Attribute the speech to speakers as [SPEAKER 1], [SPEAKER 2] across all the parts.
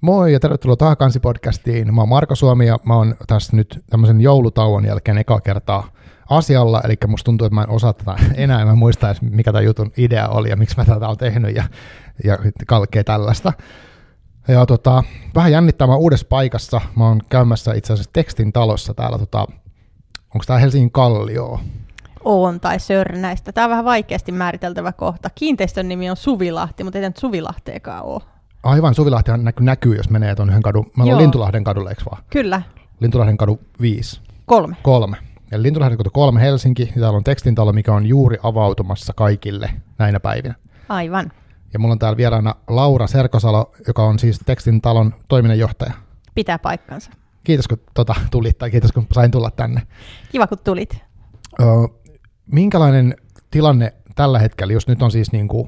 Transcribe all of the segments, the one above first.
[SPEAKER 1] Moi ja tervetuloa tähän Kansi-podcastiin. Mä oon Marko Suomi ja mä oon tässä nyt tämmöisen joulutauon jälkeen ekaa kertaa asialla, eli musta tuntuu, että mä en osaa tätä enää, mä en muista edes, mikä tämän jutun idea oli ja miksi mä tätä oon tehnyt ja kaikkea tällaista. Ja vähän jännittää, mä oon uudessa paikassa, mä oon käymässä itse asiassa Tekstin talossa täällä, onko tää Helsingin Kallio?
[SPEAKER 2] On, tai Sörnäistä. Tää on vähän vaikeasti määriteltävä kohta. Kiinteistön nimi on Suvilahti, mutta ei tämä nyt Suvilahteekaan ole. Aivan,
[SPEAKER 1] Suvilahtihan näkyy, jos menee tuon yhden kadun. Mä olen Lintulahden kadulla, eikö vaan?
[SPEAKER 2] Kyllä.
[SPEAKER 1] Lintulahden kadu 5.
[SPEAKER 2] 3.
[SPEAKER 1] Eli Lintulahden kadu 3 Helsinki, ja täällä on Tekstin talo, mikä on juuri avautumassa kaikille näinä päivinä.
[SPEAKER 2] Aivan.
[SPEAKER 1] Ja mulla on täällä vieraana Laura Serkosalo, joka on siis Tekstin talon toiminnanjohtaja.
[SPEAKER 2] Pitää paikkansa.
[SPEAKER 1] Kiitos kun tulit, tai kiitos kun sain tulla tänne.
[SPEAKER 2] Kiva kun tulit.
[SPEAKER 1] Minkälainen tilanne tällä hetkellä, jos nyt on siis niin kuin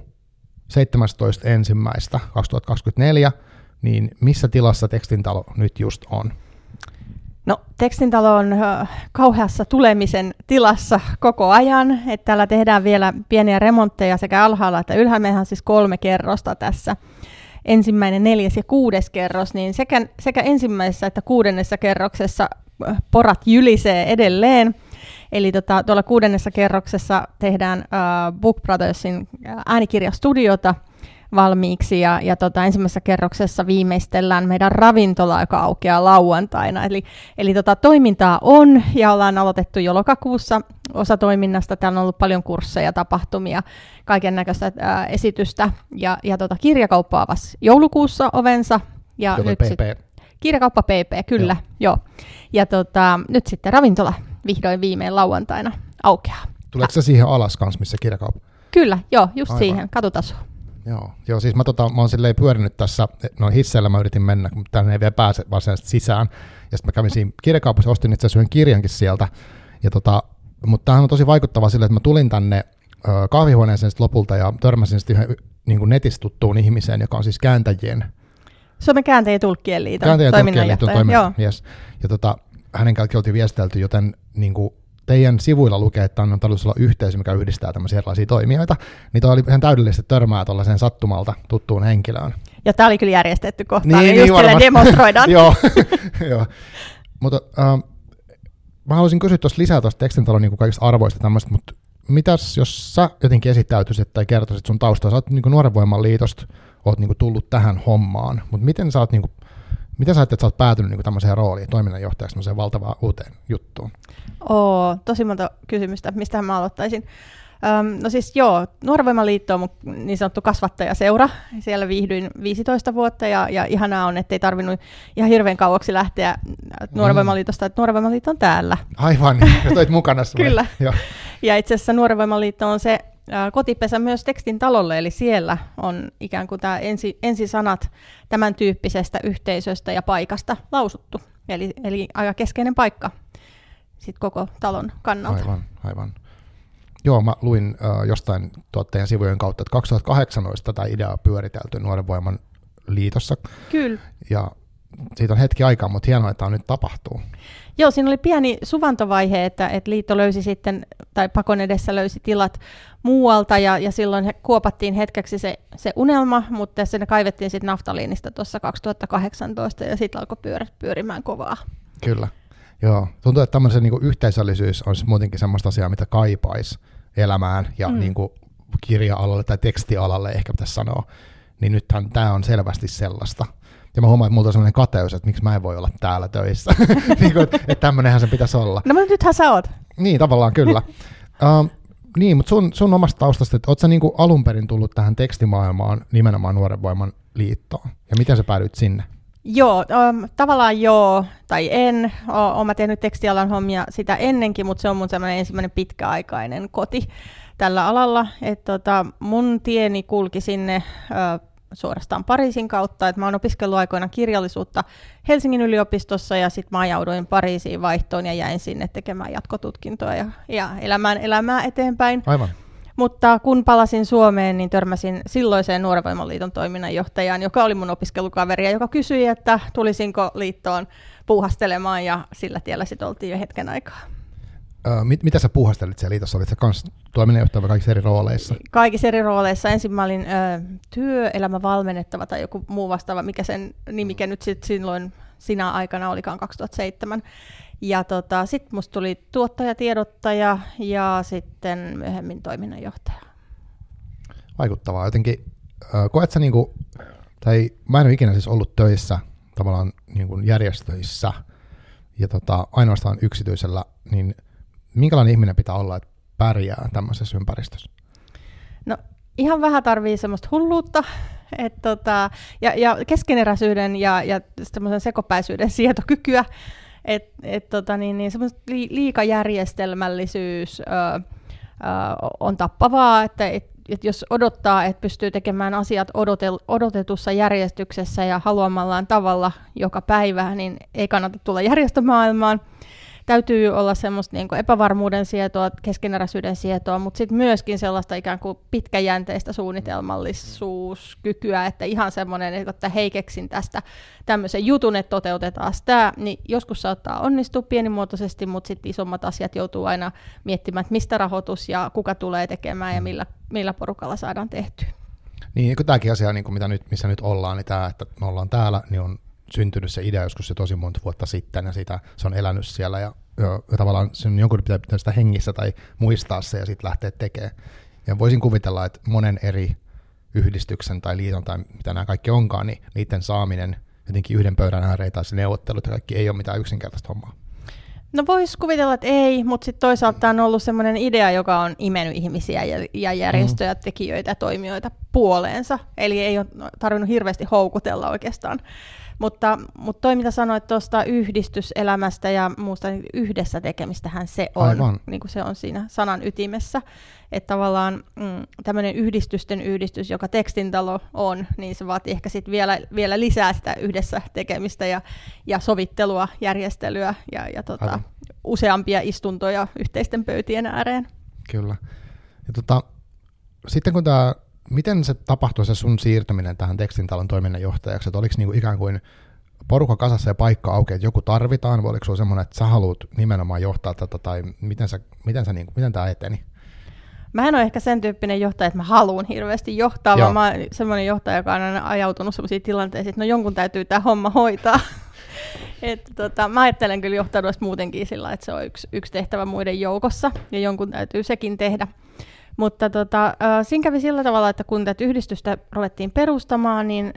[SPEAKER 1] 17.1.2024, niin missä tilassa Tekstin talo nyt just on?
[SPEAKER 2] No, Tekstin talo on kauheassa tulemisen tilassa koko ajan. Että täällä tehdään vielä pieniä remontteja sekä alhaalla että ylhäällä. Meillä on siis 3 kerrosta tässä. 1., 4. ja 6. kerros, niin sekä ensimmäisessä että 6. kerroksessa porat jylisee edelleen. Eli tuolla 6. kerroksessa tehdään Book Brothersin äänikirjastudiota valmiiksi, ja ensimmäisessä kerroksessa viimeistellään meidän ravintola, joka aukeaa lauantaina. Eli toimintaa on, ja ollaan aloitettu jo lokakuussa osa toiminnasta. Täällä on ollut paljon kursseja, tapahtumia, kaiken näköistä esitystä, ja kirjakauppa avasi joulukuussa ovensa. Ja nyt kirjakauppa PP, kyllä, joo. Ja nyt sitten ravintola vihdoin viimein lauantaina aukeaa.
[SPEAKER 1] Tuleeko se siihen alas kanssa, missä kirjakauppa?
[SPEAKER 2] Kyllä, joo, just aivan. Siihen, katutasoon.
[SPEAKER 1] Joo, siis mä oon silleen pyörinyt tässä, hisseillä mä yritin mennä, mutta tänne ei vielä pääse varsinaisesti sisään. Ja sitten mä kävin siinä kirjakaupassa, ostin itse asiassa yhden kirjankin sieltä. Ja mutta tämähän on tosi vaikuttavaa silleen, että mä tulin tänne kahvihuoneeseen lopulta ja törmäsin sitten yhden niin kuin netissä tuttuun ihmiseen, joka on siis kääntäjien.
[SPEAKER 2] Suomen kääntäjien ja tulkkien liiton toiminnanjohtaja.
[SPEAKER 1] Yes. Ja hänen kaikki oltiin viestelty, joten niin kuin teidän sivuilla lukee, että on tarkoitus olla yhteisö, mikä yhdistää tämmöisiä erilaisia toimijoita, niin toi oli ihan täydellisesti törmää tuollaiseen sattumalta tuttuun henkilöön.
[SPEAKER 2] Ja tämä oli kyllä järjestetty kohtaan, niin just kyllä demonstroidaan.
[SPEAKER 1] Joo. Mutta mä haluaisin kysyä lisää tuosta Tekstin talon niin kaikista arvoista tämmöistä, mutta mitäs jos sä jotenkin esittäytyisit tai kertoisit sun taustaa, sä oot niin Nuoren Voiman liitosta, oot niin tullut tähän hommaan, mutta miten sä oot miten sä ajattelet, että sä oot päätynyt niin tämmöiseen rooliin, toiminnanjohtajaksi, tämmöiseen valtavaan uuteen juttuun?
[SPEAKER 2] Tosi monta kysymystä. Mistähän mä aloittaisin? No siis Nuoren Voiman liitto on mun niin sanottu kasvattajaseura. Siellä viihdyin 15 vuotta ja ihanaa on, ettei tarvinnut ihan hirveän kauaksi lähteä Nuoren Voiman liitosta, että Nuoren Voiman liitto on täällä.
[SPEAKER 1] Aivan, ja toit mukana.
[SPEAKER 2] Kyllä. Ja itse asiassa Nuoren Voiman liitto on se kotipesä myös Tekstin talolle, eli siellä on ikään kuin tämä ensisanat tämän tyyppisestä yhteisöstä ja paikasta lausuttu. Eli aika keskeinen paikka sit koko talon kannalta.
[SPEAKER 1] Aivan. Joo, mä luin jostain teidän sivujen kautta, että 2018 tätä ideaa pyöritelty Nuoren Voiman liitossa.
[SPEAKER 2] Kyllä. Ja
[SPEAKER 1] siitä on hetki aikaa, mutta hienoa, että tämä nyt tapahtuu.
[SPEAKER 2] Joo, siinä oli pieni suvantovaihe, että liitto löysi sitten, tai pakon edessä löysi tilat muualta, ja silloin kuopattiin hetkeksi se unelma, mutta se kaivettiin sitten naftaliinista tuossa 2018, ja sitten alkoi pyörimään kovaa.
[SPEAKER 1] Kyllä, joo. Tuntuu, että tämmöisen niin kuin yhteisöllisyys on muutenkin semmoista asiaa, mitä kaipaisi elämään, ja niin kuin kirja-alalle tai tekstialalle ehkä pitäisi sanoa, niin nythän tämä on selvästi sellaista. Ja mä huomaan, että mulla on sellainen kateus, että miksi mä en voi olla täällä töissä. Että tämmönenhän se pitäisi olla.
[SPEAKER 2] No mutta nythän sä oot.
[SPEAKER 1] Niin, tavallaan kyllä. Niin, mutta sun omasta taustasta, että ootko sä niinku alun perin tullut tähän tekstimaailmaan nimenomaan Nuoren Voiman liittoon? Ja miten sä päädyit sinne?
[SPEAKER 2] Joo, tavallaan joo tai en. Oon mä tehnyt tekstialan hommia sitä ennenkin, mutta se on mun semmoinen ensimmäinen pitkäaikainen koti tällä alalla. Mun tieni kulki sinne suorastaan Pariisin kautta, että mä oon opiskellut aikoina kirjallisuutta Helsingin yliopistossa ja sitten mä ajauduin Pariisiin vaihtoon ja jäin sinne tekemään jatkotutkintoa ja elämää eteenpäin.
[SPEAKER 1] Aivan.
[SPEAKER 2] Mutta kun palasin Suomeen, niin törmäsin silloiseen Nuoren Voiman liiton toiminnanjohtajaan, joka oli mun opiskelukaveri ja joka kysyi, että tulisinko liittoon puuhastelemaan ja sillä tiellä sitten oltiin jo hetken aikaa.
[SPEAKER 1] Mitä sä puuhastelit siellä liitossa? Olit sä kans toiminnanjohtaja vai kaikissa eri rooleissa?
[SPEAKER 2] Kaikissa eri rooleissa. Ensin mä olin työelämävalmennettava tai joku muu vastaava, mikä sen nimikä nyt silloin sinä aikana olikaan 2007. Ja sitten musta tuli tuottajatiedottaja ja sitten myöhemmin toiminnanjohtaja.
[SPEAKER 1] Vaikuttavaa. Jotenkin, koet sä tai mä en ole ikinä siis ollut töissä tavallaan järjestöissä ja ainoastaan yksityisellä, niin minkälainen ihminen pitää olla, että pärjää tämmöisessä ympäristössä? No
[SPEAKER 2] ihan vähän tarvii semmoista hulluutta, ja keskeneräisyyden ja semmoisen sekopäisyyden sietokykyä, semmoista liikajärjestelmällisyys on tappavaa, että jos odottaa, että pystyy tekemään asiat odotetussa järjestyksessä ja haluamallaan tavalla joka päivä, niin ei kannata tulla järjestömaailmaan. Täytyy olla semmoista epävarmuuden sietoa, keskeneräisyyden sietoa, mutta sitten myöskin sellaista ikään kuin pitkäjänteistä suunnitelmallisuuskykyä, että ihan semmoinen, että hei, keksin tästä tämmöisen jutun, että toteutetaan tämä, niin joskus saattaa onnistua pienimuotoisesti, mutta sitten isommat asiat joutuu aina miettimään, että mistä rahoitus ja kuka tulee tekemään ja millä porukalla saadaan tehtyä.
[SPEAKER 1] Niin, kun tämäkin asia, missä nyt ollaan, niin tämä, että me ollaan täällä, niin on syntynyt se idea joskus se tosi monta vuotta sitten, ja se on elänyt siellä, ja tavallaan jonkun pitää sitä hengissä tai muistaa se, ja sitten lähteä tekemään. Ja voisin kuvitella, että monen eri yhdistyksen tai liiton tai mitä nämä kaikki onkaan, niin niiden saaminen jotenkin yhden pöydän ääreen tai se neuvottelut ja kaikki ei ole mitään yksinkertaista hommaa.
[SPEAKER 2] No voisi kuvitella, että ei, mutta sitten toisaalta on ollut semmoinen idea, joka on imennyt ihmisiä ja järjestöjä, tekijöitä ja toimijoita puoleensa, eli ei ole tarvinnut hirveästi houkutella oikeastaan. Mutta toi, mitä sanoit tuosta yhdistyselämästä ja muusta, niin yhdessä tekemistähän se on, niin kuin se on siinä sanan ytimessä. Että tavallaan tämmöinen yhdistysten yhdistys, joka Tekstintalo on, niin se vaatii ehkä sitten vielä lisää sitä yhdessä tekemistä ja sovittelua, järjestelyä ja useampia istuntoja yhteisten pöytien ääreen.
[SPEAKER 1] Kyllä. Ja sitten kun miten se tapahtui se sun siirtyminen tähän Tekstintalon toiminnanjohtajaksi? Että oliko ikään kuin porukka kasassa ja paikka auki, että joku tarvitaan, vai oliko sulla semmoinen, että sä haluat nimenomaan johtaa tätä, tai miten tämä eteni?
[SPEAKER 2] Mä en ole ehkä sen tyyppinen johtaja, että mä haluan hirveästi johtaa, vaan mä oon semmoinen johtaja, joka on aina ajautunut sellaisiin tilanteisiin, että no jonkun täytyy tämä homma hoitaa. Mä ajattelen kyllä johtaudusta muutenkin sillä, että se on yksi tehtävä muiden joukossa, ja jonkun täytyy sekin tehdä. Mutta siinä kävi sillä tavalla, että kun tätä yhdistystä ruvettiin perustamaan, niin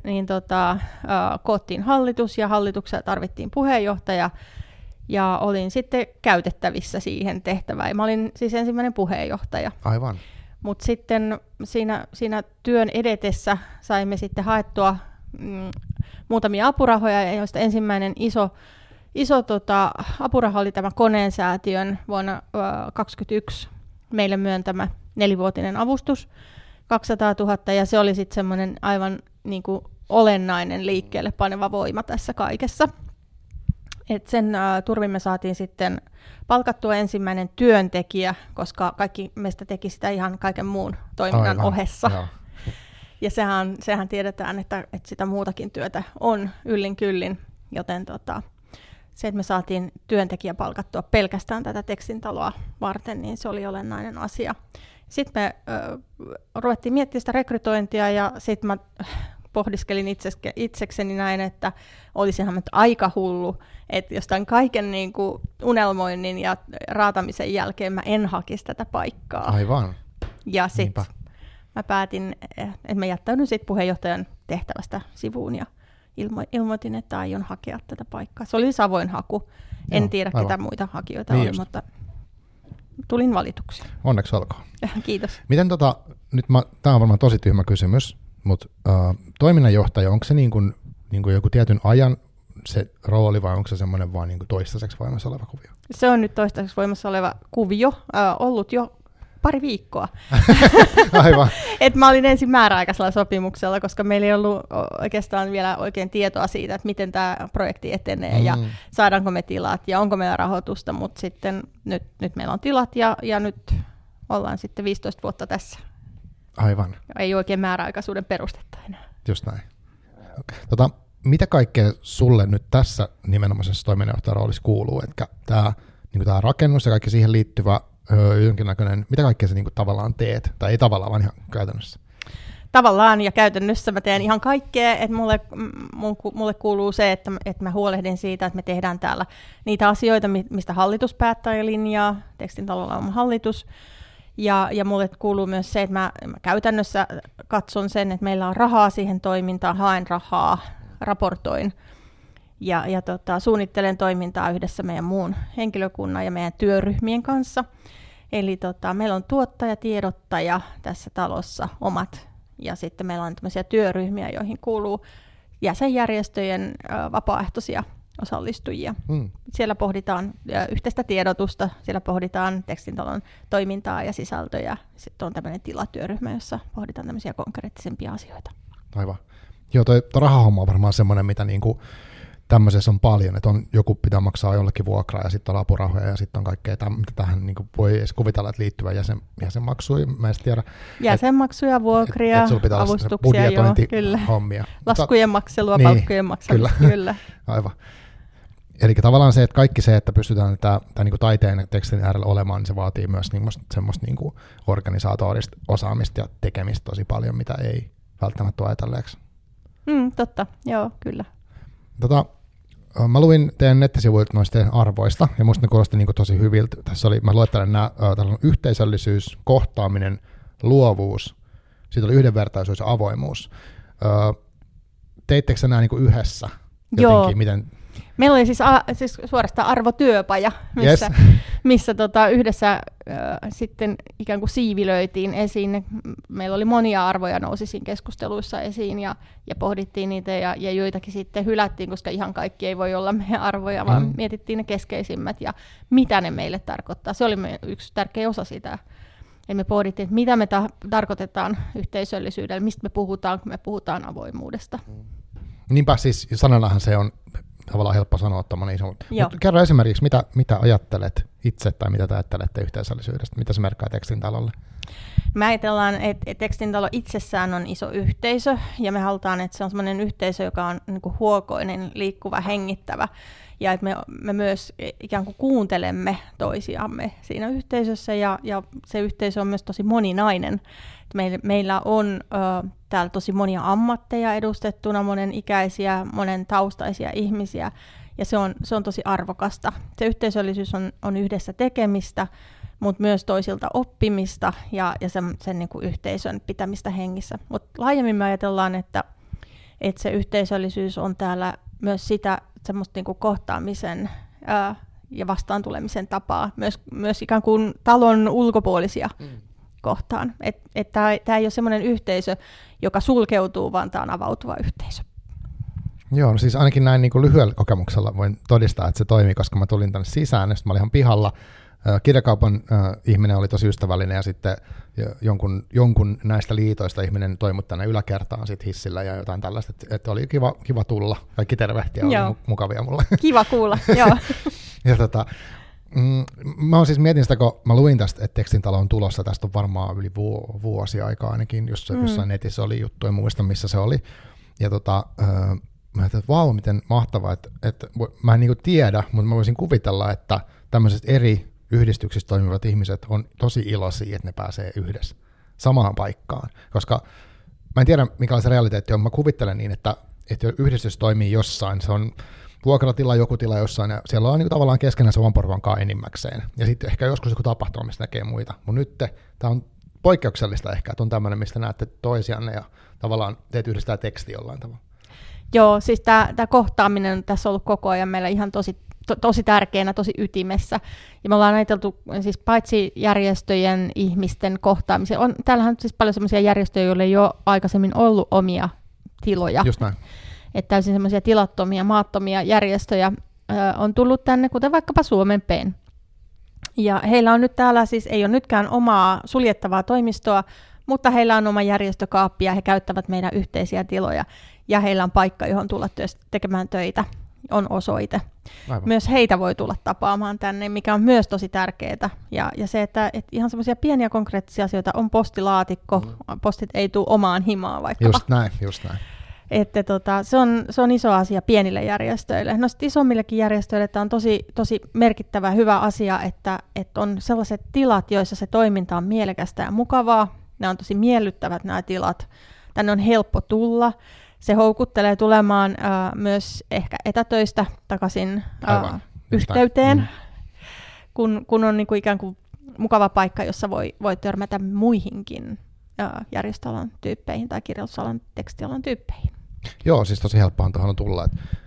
[SPEAKER 2] koottiin hallitus ja hallituksella tarvittiin puheenjohtaja ja olin sitten käytettävissä siihen tehtävään. Mä olin siis ensimmäinen puheenjohtaja.
[SPEAKER 1] Aivan.
[SPEAKER 2] Mutta sitten siinä työn edetessä saimme sitten haettua muutamia apurahoja, joista ensimmäinen iso apuraha oli tämä Koneensäätiön vuonna 2021 meille myöntämä 4-vuotinen avustus, 200 000, ja se oli sitten semmoinen aivan niin kuin olennainen liikkeelle paneva voima tässä kaikessa. Et sen turvin me saatiin sitten palkattua ensimmäinen työntekijä, koska kaikki meistä teki sitä ihan kaiken muun toiminnan ohessa. Joo. Ja sehän tiedetään, että sitä muutakin työtä on yllin kyllin, joten se, että me saatiin työntekijä palkattua pelkästään tätä Tekstintaloa varten, niin se oli olennainen asia. Sitten me ruvettiin miettimään sitä rekrytointia, ja sitten mä pohdiskelin itsekseni näin, että olisinhan nyt aika hullu, että jostain kaiken niin kuin unelmoinnin ja raatamisen jälkeen mä en hakisi tätä paikkaa.
[SPEAKER 1] Aivan.
[SPEAKER 2] Ja sitten mä päätin, että mä jättäydyn sitten puheenjohtajan tehtävästä sivuun ja ilmoitin, että aion hakea tätä paikkaa. Se oli siis avoin haku. En tiedä, ketä muita hakijoita oli, mutta tulin valituksi.
[SPEAKER 1] Onneksi olkoon.
[SPEAKER 2] Kiitos.
[SPEAKER 1] Miten tämä on varmaan tosi tyhmä kysymys, mutta toiminnanjohtaja, onko se niin kuin joku tietyn ajan se rooli, vai onko se semmoinen vaan niin kuin toistaiseksi voimassa oleva kuvio? Se
[SPEAKER 2] on nyt toistaiseksi voimassa oleva kuvio, ollut jo pari viikkoa.
[SPEAKER 1] Aivan.
[SPEAKER 2] Et mä olin ensin määräaikaisella sopimuksella, koska meillä ei ollut oikeastaan vielä oikein tietoa siitä, että miten tämä projekti etenee ja saadaanko me tilat ja onko meillä rahoitusta, mutta sitten nyt meillä on tilat ja nyt ollaan sitten 15 vuotta tässä.
[SPEAKER 1] Aivan.
[SPEAKER 2] Ei oikein määräaikaisuuden perustetta enää.
[SPEAKER 1] Just näin. Mitä kaikkea sulle nyt tässä nimenomaisessa toiminnanjohtajan roolissa kuuluu? Tämä niin tämä rakennus ja kaikki siihen liittyvä jonkinnäköinen, mitä kaikkea sä niin kuin tavallaan teet, tai ei tavallaan, vaan ihan käytännössä?
[SPEAKER 2] Tavallaan ja käytännössä mä teen ihan kaikkea, että mulle kuuluu se, että mä huolehdin siitä, että me tehdään täällä niitä asioita, mistä hallitus päättää ja linjaa, Tekstin talolla on hallitus, ja mulle kuuluu myös se, että mä käytännössä katson sen, että meillä on rahaa siihen toimintaan, haen rahaa, raportoin, ja suunnittelen toimintaa yhdessä meidän muun henkilökunnan ja meidän työryhmien kanssa. Eli meillä on tuottaja, tiedottaja tässä talossa omat, ja sitten meillä on tämmöisiä työryhmiä, joihin kuuluu jäsenjärjestöjen vapaaehtoisia osallistujia. Siellä pohditaan yhteistä tiedotusta, siellä pohditaan Tekstintalon toimintaa ja sisältöjä. Sitten on tämmöinen tilatyöryhmä, jossa pohditaan tämmöisiä konkreettisempia asioita.
[SPEAKER 1] Aivan. Joo, toi rahahomma on varmaan semmoinen, mitä niinku tämmöisessä on paljon, että joku pitää maksaa jollekin vuokraa ja sitten on apurahoja ja sitten on kaikkea, mitä tähän niin voi edes kuvitella, että liittyvä jäsenmaksuja. Mä en tiedä.
[SPEAKER 2] Jäsenmaksuja, vuokria, avustuksia, joo, kyllä.
[SPEAKER 1] Hommia.
[SPEAKER 2] Laskujen makselua,
[SPEAKER 1] niin,
[SPEAKER 2] palkkojen makselua, kyllä.
[SPEAKER 1] Aivan. Eli tavallaan se, että kaikki se, että pystytään tämä niin kuin taiteen ja tekstin äärellä olemaan, niin se vaatii myös semmoista niin kuin organisaatorista osaamista ja tekemistä tosi paljon, mitä ei välttämättä ole ajatelleeksi.
[SPEAKER 2] Totta, joo, kyllä.
[SPEAKER 1] Mä luin teidän nettisivuilta noista teidän arvoista, ja musta ne kuulosti niin kuin tosi hyviltä. Mä luettelen täällä on yhteisöllisyys, kohtaaminen, luovuus, sitten oli yhdenvertaisuus ja avoimuus. Teittekö nämä niin kuin yhdessä jotenkin?
[SPEAKER 2] Joo.
[SPEAKER 1] Miten?
[SPEAKER 2] Meillä oli siis suorastaan arvotyöpaja, missä yhdessä sitten ikään kuin siivilöitiin esiin. Meillä oli monia arvoja nousi siinä keskusteluissa esiin ja pohdittiin niitä ja joitakin sitten hylättiin, koska ihan kaikki ei voi olla meidän arvoja, vaan mietittiin ne keskeisimmät ja mitä ne meille tarkoittaa. Se oli yksi tärkeä osa sitä. Ja me pohdittiin, että mitä me tarkoitetaan yhteisöllisyydellä, mistä me puhutaan, kun me puhutaan avoimuudesta.
[SPEAKER 1] Niinpä siis sananahan se on tavallaan helppo sanoa tuommoinen iso. Mutta kerro esimerkiksi, mitä ajattelet itse tai mitä te ajattelette yhteisöllisyydestä? Mitä se merkkaa Tekstintalolle?
[SPEAKER 2] Me ajatellaan, että Tekstintalo itsessään on iso yhteisö ja me halutaan, että se on semmoinen yhteisö, joka on niin kuin huokoinen, liikkuva, hengittävä ja että me myös ikään kuin kuuntelemme toisiamme siinä yhteisössä ja se yhteisö on myös tosi moninainen. Meillä on täällä tosi monia ammatteja edustettuna, monen ikäisiä, monen taustaisia ihmisiä, ja se on tosi arvokasta. Se yhteisöllisyys on yhdessä tekemistä, mutta myös toisilta oppimista ja sen niin kuin yhteisön pitämistä hengissä. Mutta laajemmin me ajatellaan, että se yhteisöllisyys on täällä myös sitä semmoista niin kuin kohtaamisen ja vastaan tulemisen tapaa, myös ikään kuin talon ulkopuolisia kohtaan. Tämä ei ole semmoinen yhteisö, joka sulkeutuu, vaan tämä on avautuva yhteisö.
[SPEAKER 1] Joo, no siis ainakin näin niin kuin lyhyellä kokemuksella voin todistaa, että se toimii, koska mä tulin tänne sisään, ja mä olin ihan pihalla. Kirjakaupan ihminen oli tosi ystävällinen, ja sitten jonkun näistä liitoista ihminen toimi tänne yläkertaan sit hissillä ja jotain tällaista, että oli kiva tulla. Kaikki tervehtiä oli mukavia mulle.
[SPEAKER 2] Kiva kuulla, joo.
[SPEAKER 1] Ja mä oon siis mietin sitä, kun mä luin tästä, että Tekstintalo on tulossa, tästä on varmaan yli vuosi aikaa ainakin, jossain netissä oli juttu, en muista missä se oli. Ja mä ajattelin, että vau, miten mahtavaa, että mä en niinku tiedä, mutta mä voisin kuvitella, että tämmöiset eri yhdistyksissä toimivat ihmiset on tosi iloisia, että ne pääsee yhdessä samaan paikkaan. Koska mä en tiedä, mikä se realiteetti on, mä kuvittelen niin, että yhdistys toimii jossain, se on vuokratila, joku tila jossain, ja siellä on niin tavallaan keskenään se oman porukan kanssa enimmäkseen. Ja sitten ehkä joskus joku tapahtuma, mistä näkee muita. Mutta nyt tämä on poikkeuksellista ehkä, että on tämmöinen, mistä näette toisianne ja tavallaan teet yhdistää tekstiä jollain tavalla.
[SPEAKER 2] Joo, siis tämä kohtaaminen on tässä ollut koko ajan meillä ihan tosi tärkeänä, tosi ytimessä. Ja me ollaan ajateltu siis paitsi järjestöjen ihmisten kohtaamisen, täällähän on siis paljon sellaisia järjestöjä, joilla ei ole aikaisemmin ollut omia tiloja.
[SPEAKER 1] Just näin.
[SPEAKER 2] Että täysin semmoisia tilattomia, maattomia järjestöjä on tullut tänne, kuten vaikkapa Suomen PEN. Ja heillä on nyt täällä siis, ei ole nytkään omaa suljettavaa toimistoa, mutta heillä on oma järjestökaappi ja he käyttävät meidän yhteisiä tiloja. Ja heillä on paikka, johon tulla tekemään töitä, on osoite. Aivan. Myös heitä voi tulla tapaamaan tänne, mikä on myös tosi tärkeää. Ja se, että ihan semmoisia pieniä konkreettisia asioita, on postilaatikko, postit ei tule omaan himaan vaikkapa.
[SPEAKER 1] Just näin.
[SPEAKER 2] Että se on iso asia pienille järjestöille. No sitten isommillekin järjestöille tämä on tosi merkittävä hyvä asia, että on sellaiset tilat, joissa se toiminta on mielekästä ja mukavaa. Nämä on tosi miellyttävät nämä tilat. Tänne on helppo tulla. Se houkuttelee tulemaan myös ehkä etätöistä takaisin yhteyteen, kun on niinku ikään kuin mukava paikka, jossa voi törmätä muihinkin järjestöalan tyyppeihin tai kirjoitusalan, tekstialan tyyppeihin.
[SPEAKER 1] Joo, siis tosi helppoa tuohon tulla.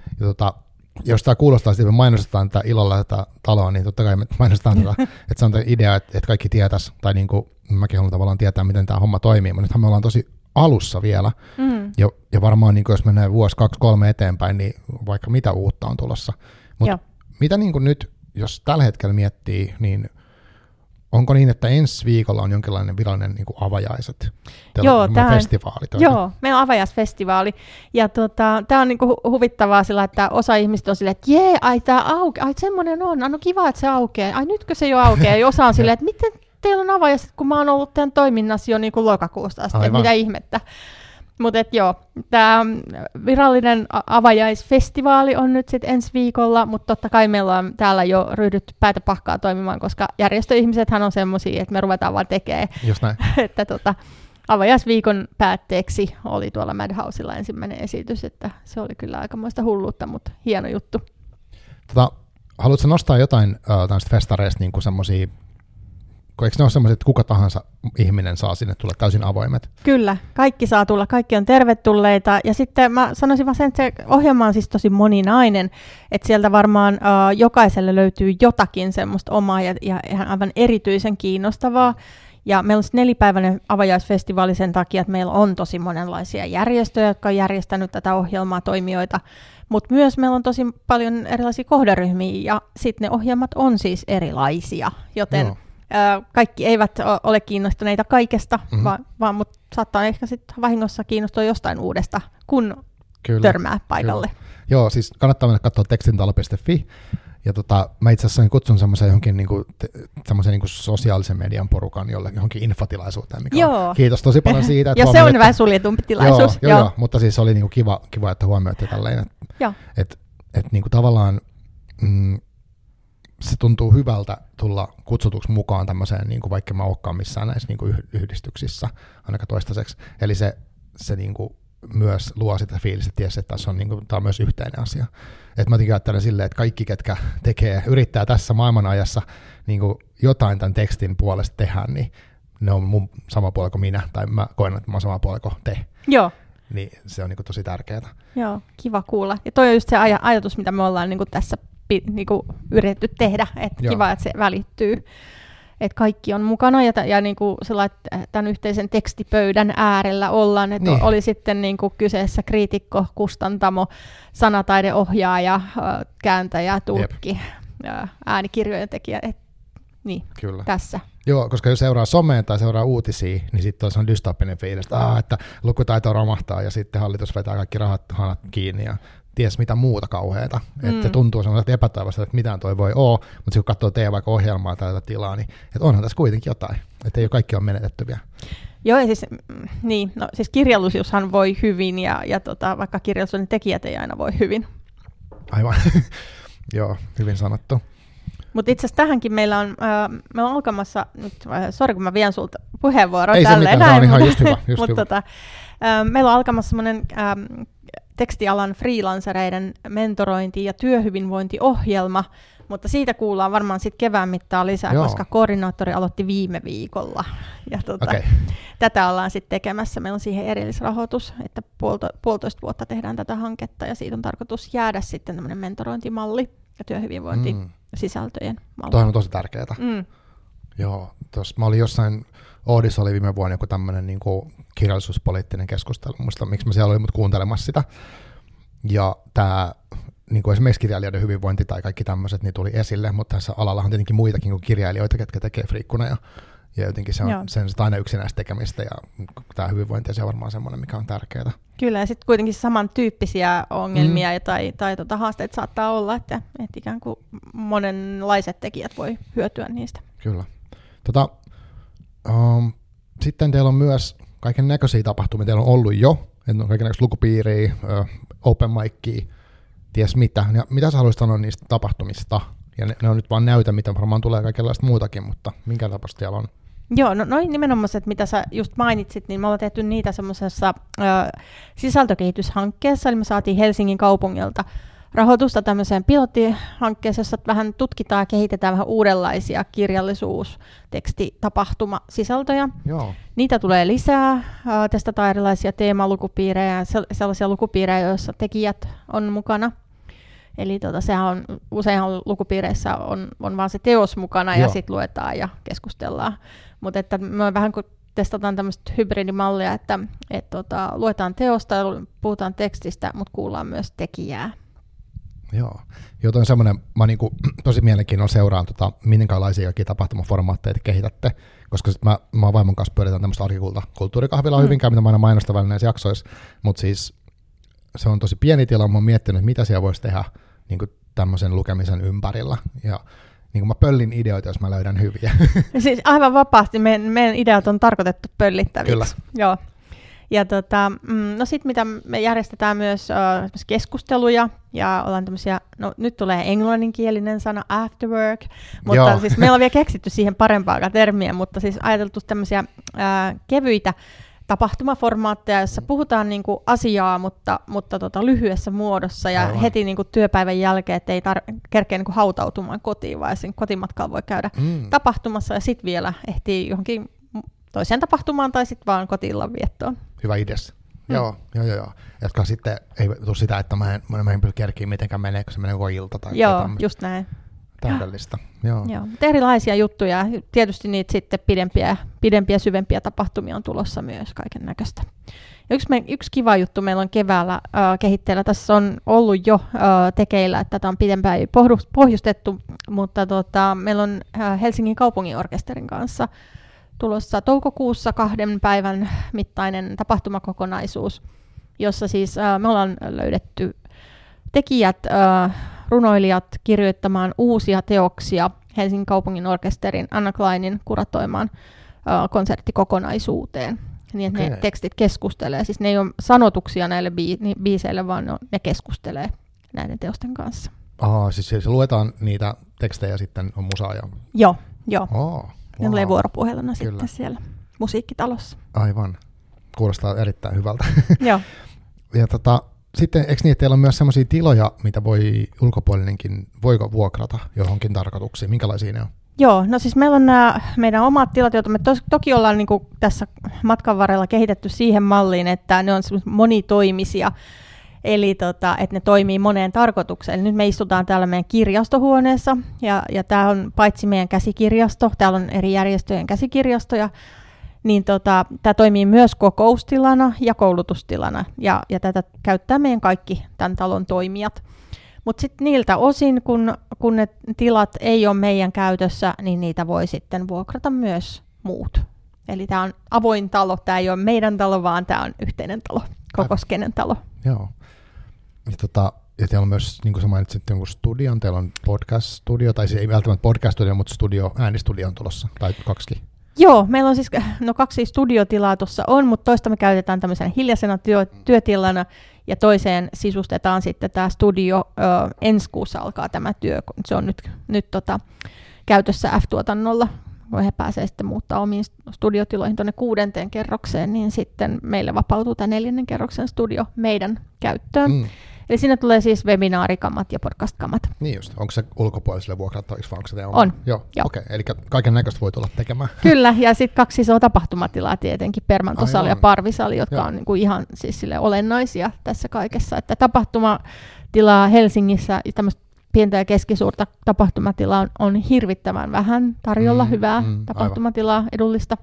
[SPEAKER 1] Jos tämä kuulostaa, että me mainostetaan tätä ilolla tätä taloa, niin totta kai me mainostetaan tätä, että se on tämä idea, että kaikki tietäisi, tai niin kuin mäkin haluan tavallaan tietää, miten tämä homma toimii, mutta nythän me ollaan tosi alussa vielä, ja varmaan niin kuin jos mennään vuosi, 2, 3 eteenpäin, niin vaikka mitä uutta on tulossa. Mutta mitä niin kuin nyt, jos tällä hetkellä miettii, niin onko niin, että ensi viikolla on jonkinlainen virallinen niin kuin avajaiset?
[SPEAKER 2] Joo,
[SPEAKER 1] festivaali.
[SPEAKER 2] Joo, meillä on avajaisfestivaali. Ja tämä on niin kuin huvittavaa sillä, että osa ihmistä on silleen, että jee, ai tämä aukeaa, ai semmoinen on, no kiva, että se aukeaa, ai nytkö se jo aukeaa, ja osa on silleen, että miten teillä on avajaiset, kun mä oon ollut teidän toiminnassa jo niin kuin lokakuusta asti, mitä ihmettä. Mutta joo, tämä virallinen avajaisfestivaali on nyt sitten ensi viikolla, mutta totta kai meillä on täällä jo ryhdytty päätä pahkaa toimimaan, koska järjestöihmisethän on semmoisia, että me ruvetaan vaan tekemään.
[SPEAKER 1] Just näin.
[SPEAKER 2] Että avajaisviikon päätteeksi oli tuolla Madhousella ensimmäinen esitys, että se oli kyllä aikamoista hulluutta, mutta hieno juttu.
[SPEAKER 1] Haluatko nostaa jotain tämmöistä festareista niin kuin semmoisia, eikö ne ole semmoiset, että kuka tahansa ihminen saa sinne tulla täysin avoimet?
[SPEAKER 2] Kyllä, kaikki saa tulla, kaikki on tervetulleita. Ja sitten mä sanoisin vaan sen, että se ohjelma on siis tosi moninainen, että sieltä varmaan jokaiselle löytyy jotakin semmoista omaa ja ihan aivan erityisen kiinnostavaa. Ja meillä on 4-päiväinen avajaisfestivaali sen takia, että meillä on tosi monenlaisia järjestöjä, jotka on järjestänyt tätä ohjelmaa, toimijoita. Mutta myös meillä on tosi paljon erilaisia kohderyhmiä ja sitten ne ohjelmat on siis erilaisia, joten kaikki eivät ole kiinnostuneita kaikesta, vaan mutta saattaa ehkä sitten vahingossa kiinnostua jostain uudesta, kun törmää paikalle.
[SPEAKER 1] Kyllä. Joo, siis kannattaa mennä katsoa tekstintalo.fi. Ja mä itse asiassa kutsun semmoisen johonkin niinku sosiaalisen median porukan johonkin infotilaisuuteen, mikä on. Kiitos tosi paljon siitä. Että
[SPEAKER 2] ja se on vähän suljetumpi tilaisuus.
[SPEAKER 1] Joo, mutta siis oli niinku kiva, että huomioitte tälleen. Että niinku tavallaan se tuntuu hyvältä tulla kutsutuksi mukaan tämmöiseen, niin kuin vaikka mä olekaan missään näissä niin kuin yhdistyksissä, ainakaan toistaiseksi. Eli se niin kuin myös luo sitä fiilistä, että ties, että tässä on, niin kuin, tämä on myös yhteinen asia. Et mä ajattelen silleen, että kaikki, ketkä yrittää tässä maailmanajassa niin kuin jotain tämän tekstin puolesta tehdä, niin ne on mun sama puolella kuin minä, tai mä koen, että mä oon sama puolella kuin te.
[SPEAKER 2] Joo.
[SPEAKER 1] Niin se on niin kuin tosi tärkeää. Joo,
[SPEAKER 2] kiva kuulla. Ja toi on just se ajatus, mitä me ollaan niin kuin tässä niinku yritetty tehdä, että kiva, että se välittyy, että kaikki on mukana ja niinku tämän yhteisen tekstipöydän äärellä ollaan, että oli sitten niinku kyseessä kriitikko, kustantamo, sanataideohjaaja, kääntäjä, tulkki, äänikirjojen tekijä, niin kyllä. Tässä.
[SPEAKER 1] Joo, koska jos seuraa somea tai seuraa uutisia, niin sitten on dystopinen fiilis, että lukutaito romahtaa ja sitten hallitus vetää kaikki hanat kiinni ja ties mitä muuta kauheata. Että tuntuu semmoiselta epätoivosta, että mitään toi voi olla, mutta kun katsoo teidän vaikka ohjelmaa tai tätä tilaa, niin että onhan tässä kuitenkin jotain. Että ei ole kaikki on menetetty vielä.
[SPEAKER 2] Joo, ja siis kirjallisuushan voi hyvin ja vaikka kirjallisuuden tekijät ei aina voi hyvin.
[SPEAKER 1] Aivan. Joo, hyvin sanottu.
[SPEAKER 2] Mutta itse asiassa tähänkin meillä on alkamassa, nyt sori kun mä vien sulta puheenvuoron
[SPEAKER 1] ei
[SPEAKER 2] tälleen.
[SPEAKER 1] Ei se mitään, se on ihan just hyvä. Hyvä.
[SPEAKER 2] Meillä on alkamassa semmoinen tekstialan freelancereiden mentorointi- ja työhyvinvointiohjelma, mutta siitä kuullaan varmaan sitten kevään mittaan lisää, koska koordinaattori aloitti viime viikolla. Ja tätä ollaan sitten tekemässä. Meillä on siihen erillisrahoitus, että puolitoista vuotta tehdään tätä hanketta ja siitä on tarkoitus jäädä sitten tämmöinen mentorointimalli ja työhyvinvointisisältöjen malli.
[SPEAKER 1] Tuohan on tosi tärkeää. Joo, mä olin jossain, Oodissa oli viime vuonna joku tämmöinen niin kuin kirjallisuuspoliittinen keskustelu, muista miksi mä siellä olin kuuntelemassa sitä. Ja tämä niin kuin esimerkiksi kirjailijoiden hyvinvointi tai kaikki tämmöiset niin tuli esille, mutta tässä alallahan tietenkin muitakin kuin kirjailijoita, ketkä tekee friikkuna ja jotenkin se on sen aina yksinäistä tekemistä ja tämä hyvinvointi se on varmaan semmoinen, mikä on tärkeää.
[SPEAKER 2] Kyllä ja sitten kuitenkin samantyyppisiä ongelmia tai haasteita saattaa olla, että ikään kuin monenlaiset tekijät voi hyötyä niistä.
[SPEAKER 1] Kyllä. Sitten teillä on myös kaiken näköisiä tapahtumia, teillä on ollut jo, Että on kaikenlaista lukupiiriä, open micia, ties mitä. Ja mitä sä haluaisit sanoa niistä tapahtumista? Ja ne on nyt vaan näytä, mitä varmaan tulee kaikenlaista muutakin, mutta minkä tapausta siellä on?
[SPEAKER 2] Joo, no noin nimenomaiset, mitä sä just mainitsit, niin me ollaan tehty niitä semmoisessa sisältökehityshankkeessa, eli me saatiin Helsingin kaupungilta rahoitusta tämmöiseen pilottihankkeeseen, jossa vähän tutkitaan ja kehitetään vähän uudenlaisia kirjallisuustekstitapahtumasisältöjä.
[SPEAKER 1] Joo.
[SPEAKER 2] Niitä tulee lisää, testataan erilaisia teemalukupiirejä, sellaisia lukupiirejä, joissa tekijät on mukana. Eli sehän on, useinhan lukupiireissä on vaan se teos mukana ja sitten luetaan ja keskustellaan. Mutta että me vähän kun testataan tämmöistä hybridimallia, että luetaan teosta ja puhutaan tekstistä, mutta kuullaan myös tekijää.
[SPEAKER 1] Joo, toi on semmoinen, mä niinku tosi mielenkiinnolla seuraan, minkälaisia tapahtumaformaatteja kehitätte, koska sit mä vaimon kanssa pyöritään tämmöistä Arkikulta-kulttuurikahvilaa Hyvinkään, mitä mä aina mainostan välillä näissä jaksoissa, mutta siis se on tosi pieni tila, mä oon miettinyt, että mitä siellä voisi tehdä niin tämmöisen lukemisen ympärillä, ja niin mä pöllin ideoita, jos mä löydän hyviä. Siis
[SPEAKER 2] aivan vapaasti, meidän ideat on tarkoitettu pöllittäviksi.
[SPEAKER 1] Kyllä.
[SPEAKER 2] Joo. Ja no sitten mitä me järjestetään myös keskusteluja, ja ollaan tämmöisiä, no nyt tulee englanninkielinen sana after work, mutta siis meillä on vielä keksitty siihen parempaa termiä, mutta siis ajateltu tämmöisiä kevyitä tapahtumaformaatteja, jossa puhutaan niinku asiaa, mutta lyhyessä muodossa ja heti niinku työpäivän jälkeen, ettei kerkeä niinku hautautumaan kotiin, vaan sen kotimatkalla voi käydä tapahtumassa ja sitten vielä ehtii johonkin toiseen tapahtumaan tai sitten vaan kotiillan viettoon.
[SPEAKER 1] Hyvä ideas. Joo. Jotka sitten ei tule sitä, että mä en pysty kerkiä mitenkään menee, kun se menee koko ilta. Tai
[SPEAKER 2] just näin.
[SPEAKER 1] Täydellistä. Joo.
[SPEAKER 2] Erilaisia juttuja. Tietysti niitä sitten pidempiä, syvempiä tapahtumia on tulossa myös kaiken näköistä. Yksi kiva juttu meillä on keväällä kehitteillä. Tässä on ollut jo tekeillä, että tätä on pidempään pohjustettu, mutta meillä on Helsingin kaupunginorkesterin kanssa tulossa toukokuussa 2 päivän mittainen tapahtumakokonaisuus, jossa siis me ollaan löydetty tekijät, runoilijat kirjoittamaan uusia teoksia Helsingin kaupunginorkesterin Anna Kleinin kuratoimaan konserttikokonaisuuteen. Niin, että ne tekstit keskustelee. Siis ne ei ole sanotuksia näille biiseille, vaan ne keskustelee näiden teosten kanssa.
[SPEAKER 1] Siis luetaan niitä tekstejä sitten on musaa?
[SPEAKER 2] Joo.
[SPEAKER 1] Ne
[SPEAKER 2] tulee vuoropuheluna sitten siellä musiikkitalossa.
[SPEAKER 1] Aivan. Kuulostaa erittäin hyvältä.
[SPEAKER 2] Joo.
[SPEAKER 1] Ja sitten eikö niin, että teillä on myös sellaisia tiloja, mitä voi ulkopuolinenkin, voiko vuokrata johonkin tarkoituksiin? Minkälaisia ne on?
[SPEAKER 2] Joo, no siis meillä on nämä meidän omat tilat, joita me toki ollaan niin kuin tässä matkan varrella kehitetty siihen malliin, että ne on monitoimisia, eli että ne toimii moneen tarkoitukseen. Eli nyt me istutaan täällä meidän kirjastohuoneessa, ja tämä on paitsi meidän käsikirjasto, täällä on eri järjestöjen käsikirjastoja, niin tämä toimii myös kokoustilana ja koulutustilana, ja tätä käyttää meidän kaikki tämän talon toimijat. Mutta sitten niiltä osin, kun ne tilat ei ole meidän käytössä, niin niitä voi sitten vuokrata myös muut. Eli tämä on avoin talo, tämä ei ole meidän talo, vaan tämä on yhteinen talo, Kokoskenen talo.
[SPEAKER 1] Joo. Ja teillä on myös, niin kuin sä mainitsit, jonkun studion, teillä on podcast-studio, tai se ei välttämättä podcast-studio, mutta äänistudio on tulossa, tai 2.
[SPEAKER 2] Joo, meillä on siis 2 studiotilaa tuossa on, mutta toista me käytetään tämmöisen hiljaisena työtilana, ja toiseen sisustetaan sitten tämä studio. Ensi kuussa alkaa tämä työ, kun se on nyt käytössä F-tuotannolla, kun he pääsevät sitten muuttaa omiin studiotiloihin tuonne 6. kerrokseen, niin sitten meille vapautuu tämä 4. kerroksen studio meidän käyttöön. Eli sinne tulee siis webinaarikamat ja podcast-kamat.
[SPEAKER 1] Niin just. Onko se ulkopuolisille vuokrattaviksi vai onko se teidän
[SPEAKER 2] on.
[SPEAKER 1] Joo. Okei. Eli kaiken näköistä voi tulla tekemään.
[SPEAKER 2] Kyllä, ja sitten 2 isoa tapahtumatilaa tietenkin, Permantosali ja Parvisali, jotka on niinku ihan siis sille olennaisia tässä kaikessa. Että tapahtumatilaa Helsingissä, tämmöistä pientä ja keskisuurta tapahtumatilaa on hirvittävän vähän tarjolla, hyvää tapahtumatilaa, edullista.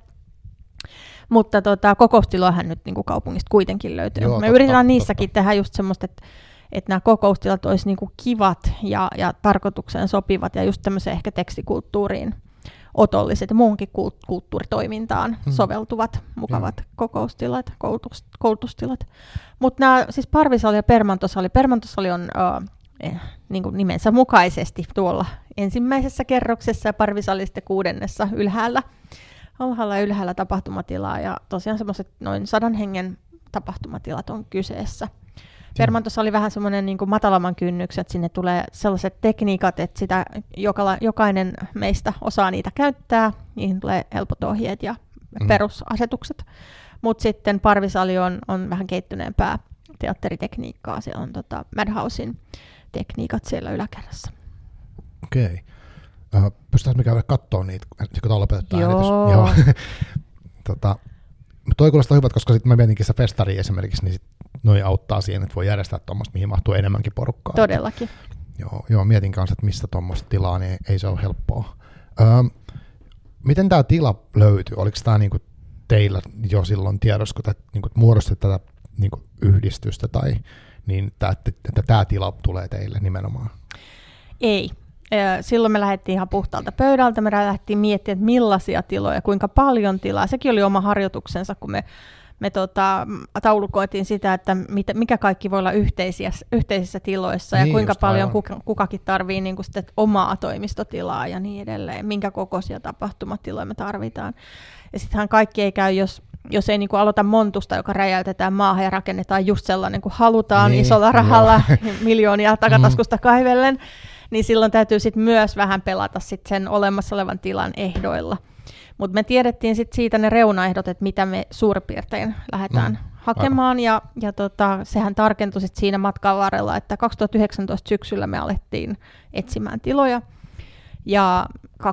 [SPEAKER 2] Mutta kokoustiloahan nyt niin kuin kaupungista kuitenkin löytyy. Me yritetään niissäkin tehdä just semmoista, että nämä kokoustilat olisi niin kuin kivat ja tarkoitukseen sopivat ja just tämmöiseen ehkä tekstikulttuuriin otolliset ja muunkin kulttuuritoimintaan soveltuvat mukavat kokoustilat, koulutustilat. Mutta nämä siis Parvisali ja Permantosali on niin kuin nimensä mukaisesti tuolla ensimmäisessä kerroksessa ja Parvisali sitten 6. ylhäällä. Alhaalla ja ylhäällä tapahtumatilaa ja tosiaan semmoiset noin 100 hengen tapahtumatilat on kyseessä. Permantossa oli vähän semmoinen niin kuin matalamman kynnyksen, että sinne tulee sellaiset tekniikat, että sitä jokainen meistä osaa niitä käyttää. Niihin tulee helpot ohjeet ja perusasetukset. Mutta sitten Parvisali on vähän keittyneempää teatteritekniikkaa. Siellä on Madhousen tekniikat siellä yläkerrassa.
[SPEAKER 1] Okei. Pystytäänkö me käydä katsoa niitä, kun tämä lopetetaan äänitys?
[SPEAKER 2] Joo.
[SPEAKER 1] Toi kuulostaa hyvät, koska sitten mä mietinkin sitä festaria esimerkiksi, niin noi auttaa siihen, että voi järjestää tuommoista, mihin mahtuu enemmänkin porukkaa.
[SPEAKER 2] Todellakin.
[SPEAKER 1] Joo, mietin kanssa, että mistä tuommoista tilaa, niin ei se ole helppoa. Miten tämä tila löytyi? Oliko tämä niinku teillä jo silloin tiedossa, kun niinku muodostit tätä niinku yhdistystä, tai niin, että tämä tila tulee teille nimenomaan?
[SPEAKER 2] Ei. Silloin me lähdettiin ihan puhtaalta pöydältä, me lähdettiin miettimään, että millaisia tiloja, kuinka paljon tilaa. Sekin oli oma harjoituksensa, kun me taulukoitiin sitä, että mikä kaikki voi olla yhteisissä tiloissa ja kuinka paljon kukakin tarvitsee niin sitten omaa toimistotilaa ja niin edelleen, minkä kokoisia tapahtumatiloja me tarvitaan. Ja sittenhän kaikki ei käy, jos ei niin kuin aloita montusta, joka räjäytetään maahan ja rakennetaan just sellainen kuin halutaan isolla rahalla, miljoonia takataskusta kaivellen, niin silloin täytyy sitten myös vähän pelata sit sen olemassa olevan tilan ehdoilla. Mutta me tiedettiin sit siitä ne reunaehdot, että mitä me suurin piirtein lähdetään hakemaan, ja sehän tarkentui sit siinä matkan varrella, että 2019 syksyllä me alettiin etsimään tiloja, ja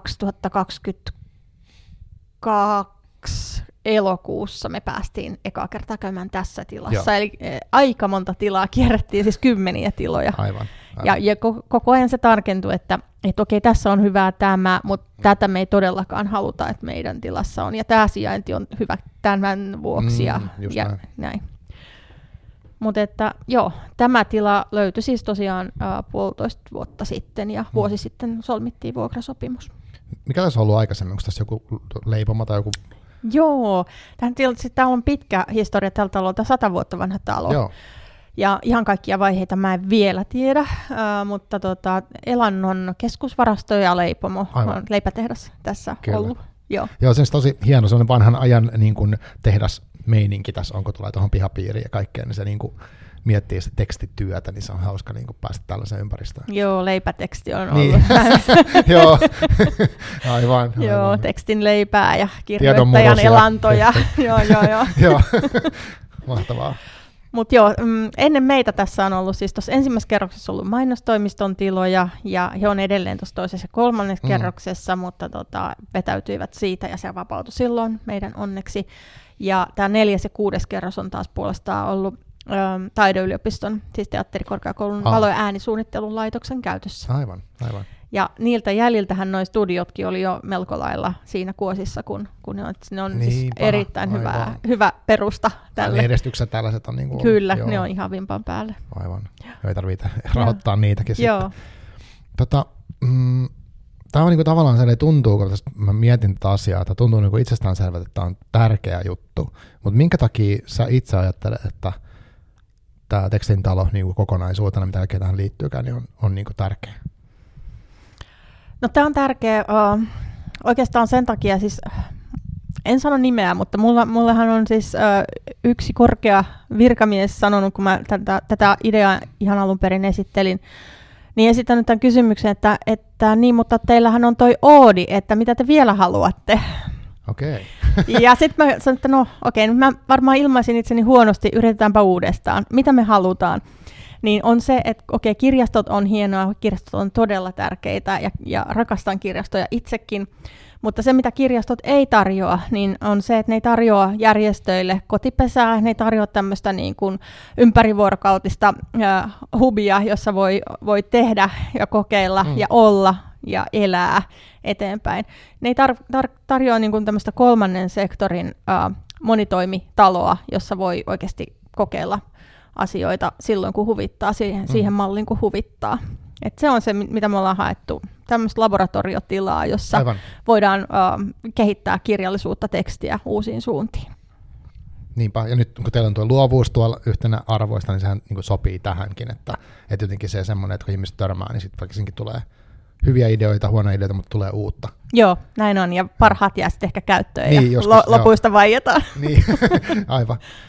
[SPEAKER 2] 2022 elokuussa me päästiin ekaa kertaa käymään tässä tilassa, eli aika monta tilaa kierrettiin, siis 10 tiloja.
[SPEAKER 1] Aivan.
[SPEAKER 2] Ja koko ajan se tarkentui, että okei, tässä on hyvää tämä, mutta tätä me ei todellakaan haluta, että meidän tilassa on. Ja tämä sijainti on hyvä tämän vuoksi ja näin. Mutta tämä tila löytyi siis tosiaan 1,5 vuotta sitten ja vuosi sitten solmittiin vuokrasopimus.
[SPEAKER 1] Mikä tässä on ollut aikaisemmin? Onko tässä joku leipoma tai joku?
[SPEAKER 2] Joo, täällä on pitkä historia tällä talolta, 100 vuotta vanha talo.
[SPEAKER 1] Joo.
[SPEAKER 2] Ja ihan kaikkia vaiheita mä en vielä tiedä, mutta Elannon keskusvarasto ja leipomo on leipätehdas tässä ollut. Joo,
[SPEAKER 1] se on tosi hieno, se on vanhan ajan niin kuin tehdasmeininki tässä, onko tulee tuohon pihapiiriin ja kaikkeen, niin se niin kuin miettii sitä tekstityötä, niin se on hauska niin kuin päästä tällaiseen ympäristöön.
[SPEAKER 2] Joo, leipäteksti on
[SPEAKER 1] niin.
[SPEAKER 2] ollut.
[SPEAKER 1] Joo, aivan.
[SPEAKER 2] Joo, tekstin leipää ja kirjoittajan elantoja.
[SPEAKER 1] Joo, mahtavaa.
[SPEAKER 2] Mutta ennen meitä tässä on ollut, siis tuossa ensimmäisessä kerroksessa ollut mainostoimiston tiloja, ja he on edelleen tuossa toisessa ja kolmannessa kerroksessa, mutta vetäytyivät siitä, ja se vapautui silloin meidän onneksi. Ja tämä 4. ja 6. kerros on taas puolestaan ollut taideyliopiston, siis teatterikorkeakoulun valo- ja äänisuunnittelun laitoksen käytössä.
[SPEAKER 1] Aivan.
[SPEAKER 2] Ja niiltä jäljiltähän nuo studiotkin oli jo melko lailla siinä kuosissa, kun ne on siis erittäin hyvä perusta tälle.
[SPEAKER 1] Edistykset tällaiset on niin kuin
[SPEAKER 2] kyllä, ne on ihan vimpan päälle.
[SPEAKER 1] Aivan, ei tarvitse rahoittaa niitäkin sitten. Tämä on niin kuin tavallaan sellainen, tuntuu, kun mä mietin tätä asiaa, että tuntuu niin kuin itsestäänselvältä, että tämä on tärkeä juttu. Mutta minkä takia sä itse ajattelet, että tämä tekstintalo niin kuin kokonaisuutena, mitä kaikkea tähän liittyykään, niin on niin kuin tärkeä?
[SPEAKER 2] No tämä on tärkeä oikeastaan sen takia, siis en sano nimeä, mutta mullehan on siis yksi korkea virkamies sanonut, kun mä tätä ideaa ihan alun perin esittelin, niin esittänyt tämän kysymyksen, että niin, mutta teillähän on toi Oodi, että mitä te vielä haluatte?
[SPEAKER 1] Okei.
[SPEAKER 2] Ja sitten mä sanoin, että nyt mä varmaan ilmaisin itseni huonosti, yritetäänpä uudestaan. Mitä me halutaan? Niin on se, että kirjastot on hienoa, kirjastot on todella tärkeitä ja rakastan kirjastoja itsekin, mutta se mitä kirjastot ei tarjoa, niin on se, että ne ei tarjoa järjestöille kotipesää, ne ei tarjoa tämmöistä niin kuin ympärivuorokautista hubia, jossa voi tehdä ja kokeilla ja olla ja elää eteenpäin. Ne ei tarjoa niin kuin tämmöistä kolmannen sektorin monitoimitaloa, jossa voi oikeasti kokeilla asioita silloin, kun huvittaa, siihen malliin, kun huvittaa. Et se on se, mitä me ollaan haettu, tämmöistä laboratoriotilaa, jossa voidaan kehittää kirjallisuutta, tekstiä uusiin suuntiin.
[SPEAKER 1] Niinpä, ja nyt kun teillä on tuo luovuus tuolla yhtenä arvoista, niin sehän niin sopii tähänkin, että jotenkin se semmoinen, että kun ihmiset törmää, niin sitten vaikka tulee hyviä ideoita, huonoja ideoita, mutta tulee uutta.
[SPEAKER 2] Joo, näin on, ja parhaat jää sitten ehkä käyttöön,
[SPEAKER 1] niin,
[SPEAKER 2] ja lopuista vaietaan.
[SPEAKER 1] Niin, aivan.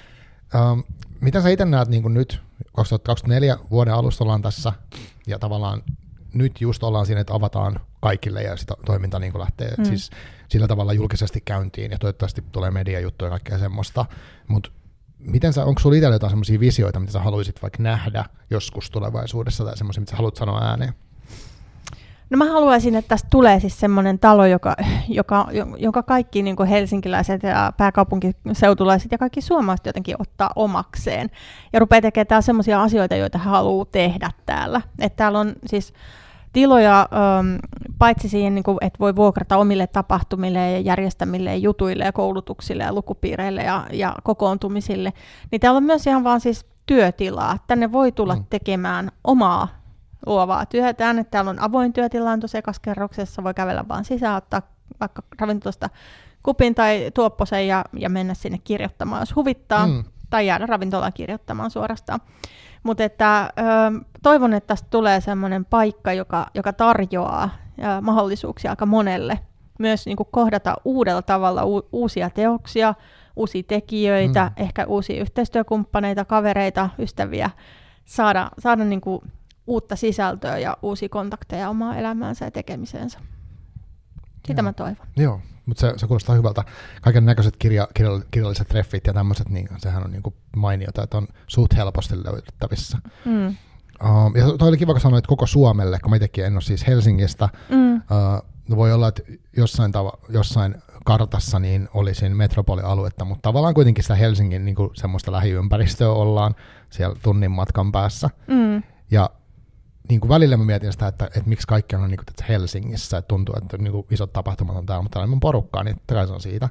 [SPEAKER 1] Miten sä itse näet niin kuin nyt, 2024 vuoden alusta ollaan tässä, ja tavallaan nyt just ollaan siinä, että avataan kaikille, ja sitä toiminta niin kuin lähtee siis sillä tavalla julkisesti käyntiin, ja toivottavasti tulee mediajuttuja ja kaikkea semmoista, mutta onko sulla itsellä jotain semmoisia visioita, mitä sä haluaisit vaikka nähdä joskus tulevaisuudessa, tai semmoisia, mitä sä haluat sanoa ääneen?
[SPEAKER 2] No mä haluaisin, että tästä tulee siis semmoinen talo, joka kaikki niin kuin helsinkiläiset ja pääkaupunkiseutulaiset ja kaikki suomalaiset jotenkin ottaa omakseen. Ja rupeaa tekemään semmoisia asioita, joita he haluaa tehdä täällä. Että täällä on siis tiloja, paitsi siihen, niin kuin, että voi vuokrata omille tapahtumille ja järjestämille jutuille ja koulutuksille ja lukupiireille ja kokoontumisille, niin täällä on myös ihan vaan siis työtilaa. Tänne voi tulla tekemään omaa luovaa työtään, että täällä on avoin työtila on tosi ekaskerroksessa, voi kävellä vaan sisään, ottaa vaikka ravintolasta kupin tai tuopposen ja mennä sinne kirjoittamaan, jos huvittaa, tai jäädä ravintolaan kirjoittamaan suorastaan. Mutta toivon, että tästä tulee sellainen paikka, joka tarjoaa mahdollisuuksia aika monelle myös niin kuin kohdata uudella tavalla uusia teoksia, uusia tekijöitä, ehkä uusia yhteistyökumppaneita, kavereita, ystäviä, saada niin kuin uutta sisältöä ja uusia kontakteja omaa elämäänsä ja tekemiseensä. Sitä mä toivon.
[SPEAKER 1] Joo, mutta se kuulostaa hyvältä. Kaiken näköiset kirjalliset treffit ja tämmöiset, niin sehän on niinku mainiota, että on suht helposti löydettävissä. Ja toi oli kiva, kun sanoit koko Suomelle, kun mä itsekin en ole siis Helsingistä. Voi olla, että jossain kartassa niin olisin metropolialuetta, mutta tavallaan kuitenkin sitä Helsingin niin kuin semmoista lähiympäristöä ollaan siellä tunnin matkan päässä. Ja niin kuin välillä mä mietin sitä, että miksi kaikki on niin kuin Helsingissä, että tuntuu, että niin kuin isot tapahtumat on täällä, mutta täällä on porukkaa, niin kai se on siitä.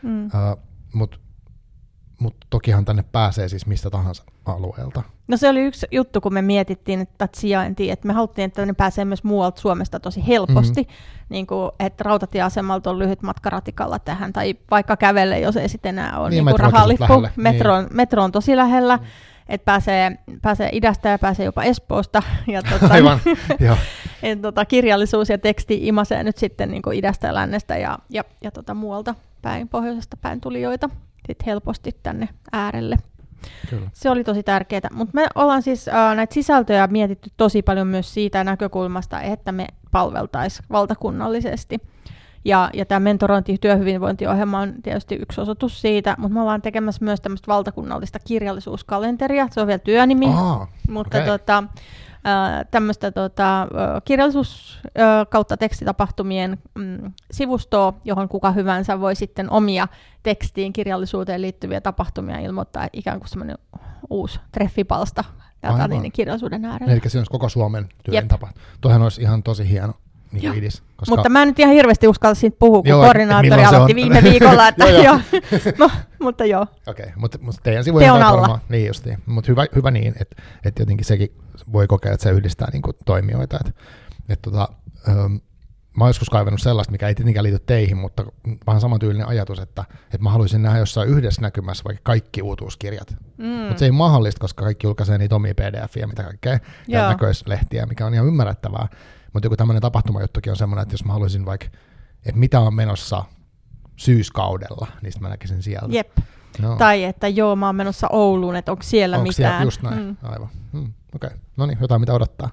[SPEAKER 1] Mutta tokihan tänne pääsee siis mistä tahansa alueelta.
[SPEAKER 2] No se oli yksi juttu, kun me mietittiin että sijaintia, että me haluttiin, että ne pääsee myös muualta Suomesta tosi helposti, niin kuin, että rautatieasemalta on lyhyt matka ratikalla tähän, tai vaikka kävelle, jos ei sitten enää ole niin rahalippu. Metro on tosi lähellä. Että pääsee idästä ja pääsee jopa Espoosta. Ja
[SPEAKER 1] Aivan, joo.
[SPEAKER 2] Kirjallisuus ja teksti imasee nyt sitten niin kuin idästä ja lännestä ja muualta päin, pohjoisesta päin tulijoita sit helposti tänne äärelle.
[SPEAKER 1] Kyllä. Se
[SPEAKER 2] oli tosi tärkeää. Mutta me ollaan siis näitä sisältöjä mietitty tosi paljon myös siitä näkökulmasta, että me palveltaisiin valtakunnallisesti. Ja tämä mentorointi- ja työhyvinvointiohjelma on tietysti yksi osoitus siitä, mutta me ollaan tekemässä myös tämmöistä valtakunnallista kirjallisuuskalenteria. Se on vielä työnimi, mutta tämmöistä kirjallisuus kautta tekstitapahtumien sivustoa, johon kuka hyvänsä voi sitten omia tekstiin, kirjallisuuteen liittyviä tapahtumia ilmoittaa ikään kuin semmoinen uusi treffipalsta kirjallisuuden äärellä.
[SPEAKER 1] Eli se on koko Suomen työn tapa. Tuohan olisi ihan tosi hieno. Niin idis, koska...
[SPEAKER 2] Mutta mä en nyt ihan hirveästi uskalla siitä puhua, kun koordinaattori aloitti viime viikolla. Että mutta joo.
[SPEAKER 1] Okei, mutta teidän sivujen on varmaan. Niin justiin. Mutta hyvä niin, että jotenkin sekin voi kokea, että se yhdistää niinku toimijoita. Mä oon joskus kaivannut sellaista, mikä ei tietenkään liity teihin, mutta vähän samantyylinen ajatus, että mä haluaisin nähdä jossain yhdessä näkymässä vaikka kaikki uutuuskirjat. Mutta se ei mahdollista, koska kaikki julkaisee niitä omia pdf-iä, mitä kaikkea, ja näköislehtiä, mikä on ihan ymmärrettävää. Mutta joku tämmöinen tapahtumajuttukin on semmoinen, että jos mä haluaisin vaikka, että mitä on menossa syyskaudella, niin sitten mä näkisin sieltä.
[SPEAKER 2] Jep. No. Tai että mä oon menossa Ouluun, että onko siellä mitään.
[SPEAKER 1] Siellä just näin, aivan. Okei. No niin, jotain mitä odottaa.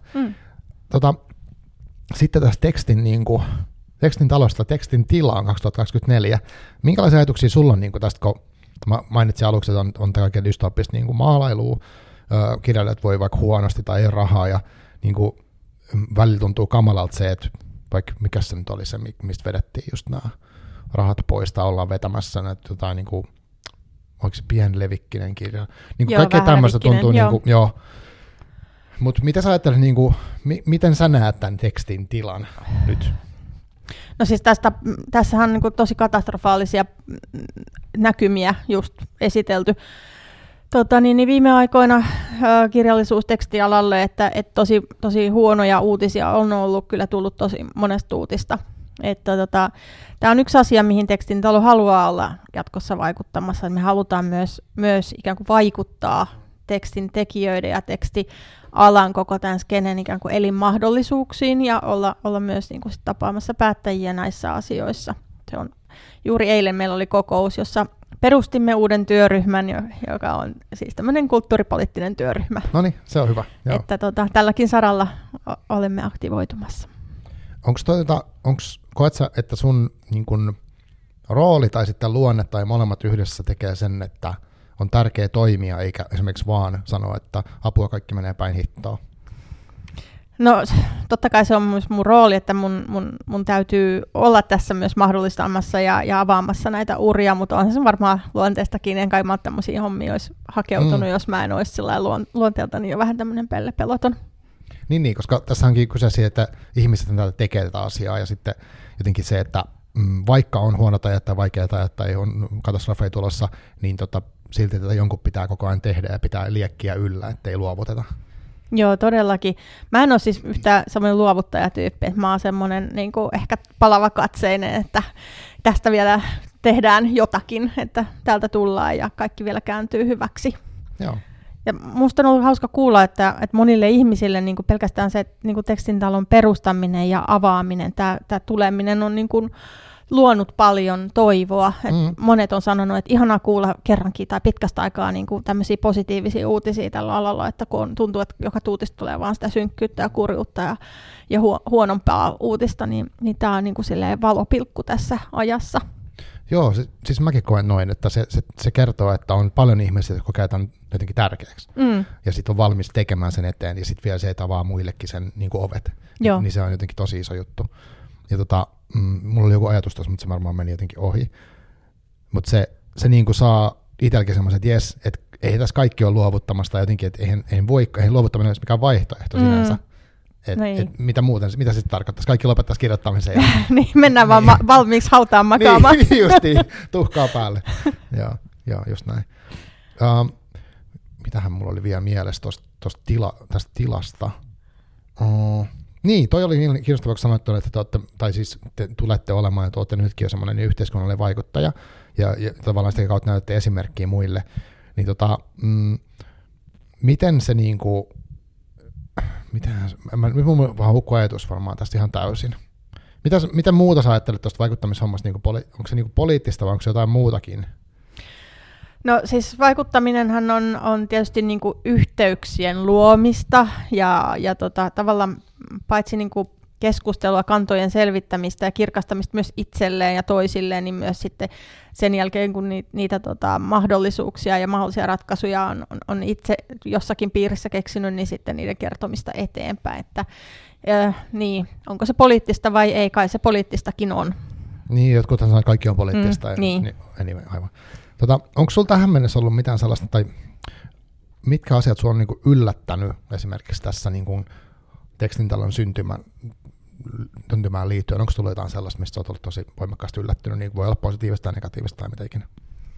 [SPEAKER 1] Sitten tästä tekstin talosta, tekstin tilaan 2024. Minkälaisia ajatuksia sulla on tästä, kun mä mainitsin aluksi, että on kaiken dystopista maalailua, kirjailijat voi vaikka huonosti tai ei rahaa, ja välillä tuntuu kamalalta se, että vaikka mikä se nyt oli se, mistä vedettiin just nämä rahat pois, tai ollaan vetämässä näitä jotain, onko se pienlevikkinen kirja? Kaikkea tämmöistä tuntuu, joo. Mutta mitä sä ajattelet, miten sä näet tämän tekstin tilan nyt?
[SPEAKER 2] No siis tässähän on tosi katastrofaalisia näkymiä just esitelty. Viime aikoina kirjallisuustekstialalle, että tosi huonoja uutisia on ollut kyllä tullut tosi monesta uutista. Tämä on yksi asia, mihin tekstin talo haluaa olla jatkossa vaikuttamassa. Me halutaan myös ikään kuin vaikuttaa tekstin tekijöiden ja tekstialan koko tämän skenen ikään kuin elinmahdollisuuksiin ja olla myös tapaamassa päättäjiä näissä asioissa. Se on juuri eilen meillä oli kokous, perustimme uuden työryhmän, joka on siis tämmöinen kulttuuripoliittinen työryhmä.
[SPEAKER 1] No niin, se on hyvä. Joo.
[SPEAKER 2] Että tälläkin saralla olemme aktivoitumassa.
[SPEAKER 1] Koet sä, että sun niin kun, rooli tai sitten luonne tai molemmat yhdessä tekee sen, että on tärkeä toimia, eikä esimerkiksi vaan sanoa, että apua kaikki menee päin hittoa?
[SPEAKER 2] No totta kai se on myös mun rooli, että mun täytyy olla tässä myös mahdollistamassa ja avaamassa näitä uria, mutta on se varmaan luonteestakin, en kai mä tämmöisiä hommia olisi hakeutunut, jos mä en olisi luonteeltani jo vähän tämmöinen pellepeloton. Niin, koska tässä onkin kyse siitä, että ihmiset tekee tätä asiaa ja sitten jotenkin se, että vaikka on huonot ajat tai vaikeat ajat tai on katastrofeja tulossa, niin silti tätä jonkun pitää koko ajan tehdä ja pitää liekkiä yllä, ettei luovuteta. Joo, todellakin. Mä en ole siis yhtään semmoinen luovuttajatyyppi, että mä oon semmoinen niin kuin ehkä palavakatseinen, että tästä vielä tehdään jotakin, että täältä tullaan ja kaikki vielä kääntyy hyväksi. Joo. Ja musta on ollut hauska kuulla, että monille ihmisille niin kuin pelkästään se niin kuin tekstintalon perustaminen ja avaaminen, tämä tuleminen on niin kuin luonut paljon toivoa. Monet on sanonut, että ihanaa kuulla kerrankin tai pitkästä aikaa niin kuin tämmöisiä positiivisia uutisia tällä alalla, että kun tuntuu, että joka tuutista tulee vaan sitä synkkyyttä ja kurjuutta ja huonompaa uutista, niin tämä on niin kuin silleen valopilkku tässä ajassa. Joo, siis mäkin koen noin, että se kertoo, että on paljon ihmisiä, jotka kokee tämän jotenkin tärkeäksi. Ja sitten on valmis tekemään sen eteen, ja sitten vielä se, että avaa muillekin sen niin kuin ovet. Niin se on jotenkin tosi iso juttu. Ja mulla oli joku ajatus tuossa, mutta se varmaan meni jotenkin ohi. Mutta se niin kuin saa itselläkin semmoisen, että jes, että ei tässä kaikki ole luovuttamasta jotenkin, että eihän luovuttaminen olisi mikään vaihtoehto sinänsä. Mitä se sitten tarkoittaisi? Kaikki lopettaisi kirjoittamisen. Ja niin, mennään vaan valmiiksi hautaan makaamaan. Niin, justiin, tuhkaa päälle. Joo, just näin. Mitähän mulla oli vielä mielessä tästä tilasta? Niin, toi oli niin kiinnostavaa, kun sanoit, että te tulette olemaan ja te olette nytkin jo semmoinen yhteiskunnallinen vaikuttaja ja tavallaan sitä kautta näytätte esimerkkiä muille. Niin miten se niinku, nyt mun vähän hukkuu ajatus varmaan tästä ihan täysin. Mitä muuta sä ajattelet tuosta vaikuttamishommasta, onko se niinku poliittista vai onko se jotain muutakin? No siis vaikuttaminenhan on tietysti niinku yhteyksien luomista ja tavallaan paitsi niinku keskustelua, kantojen selvittämistä ja kirkastamista myös itselleen ja toisilleen, niin myös sitten sen jälkeen, kun niitä mahdollisuuksia ja mahdollisia ratkaisuja on itse jossakin piirissä keksinyt, niin sitten niiden kertomista eteenpäin. Että, niin, onko se poliittista vai ei, kai se poliittistakin on. Niin, jotkuthan sanoo, että kaikki on poliittista. Niin. Aivan. Onko sinulla tähän mennessä ollut mitään sellaista, tai mitkä asiat sinua on niin kuin yllättänyt esimerkiksi tässä niin kuin tekstintalon syntymään liittyen? Onko sinulla jotain sellaista, mistä olet ollut tosi voimakkaasti yllättynyt? Niin voi olla positiivista tai negatiivista tai mitä ikinä?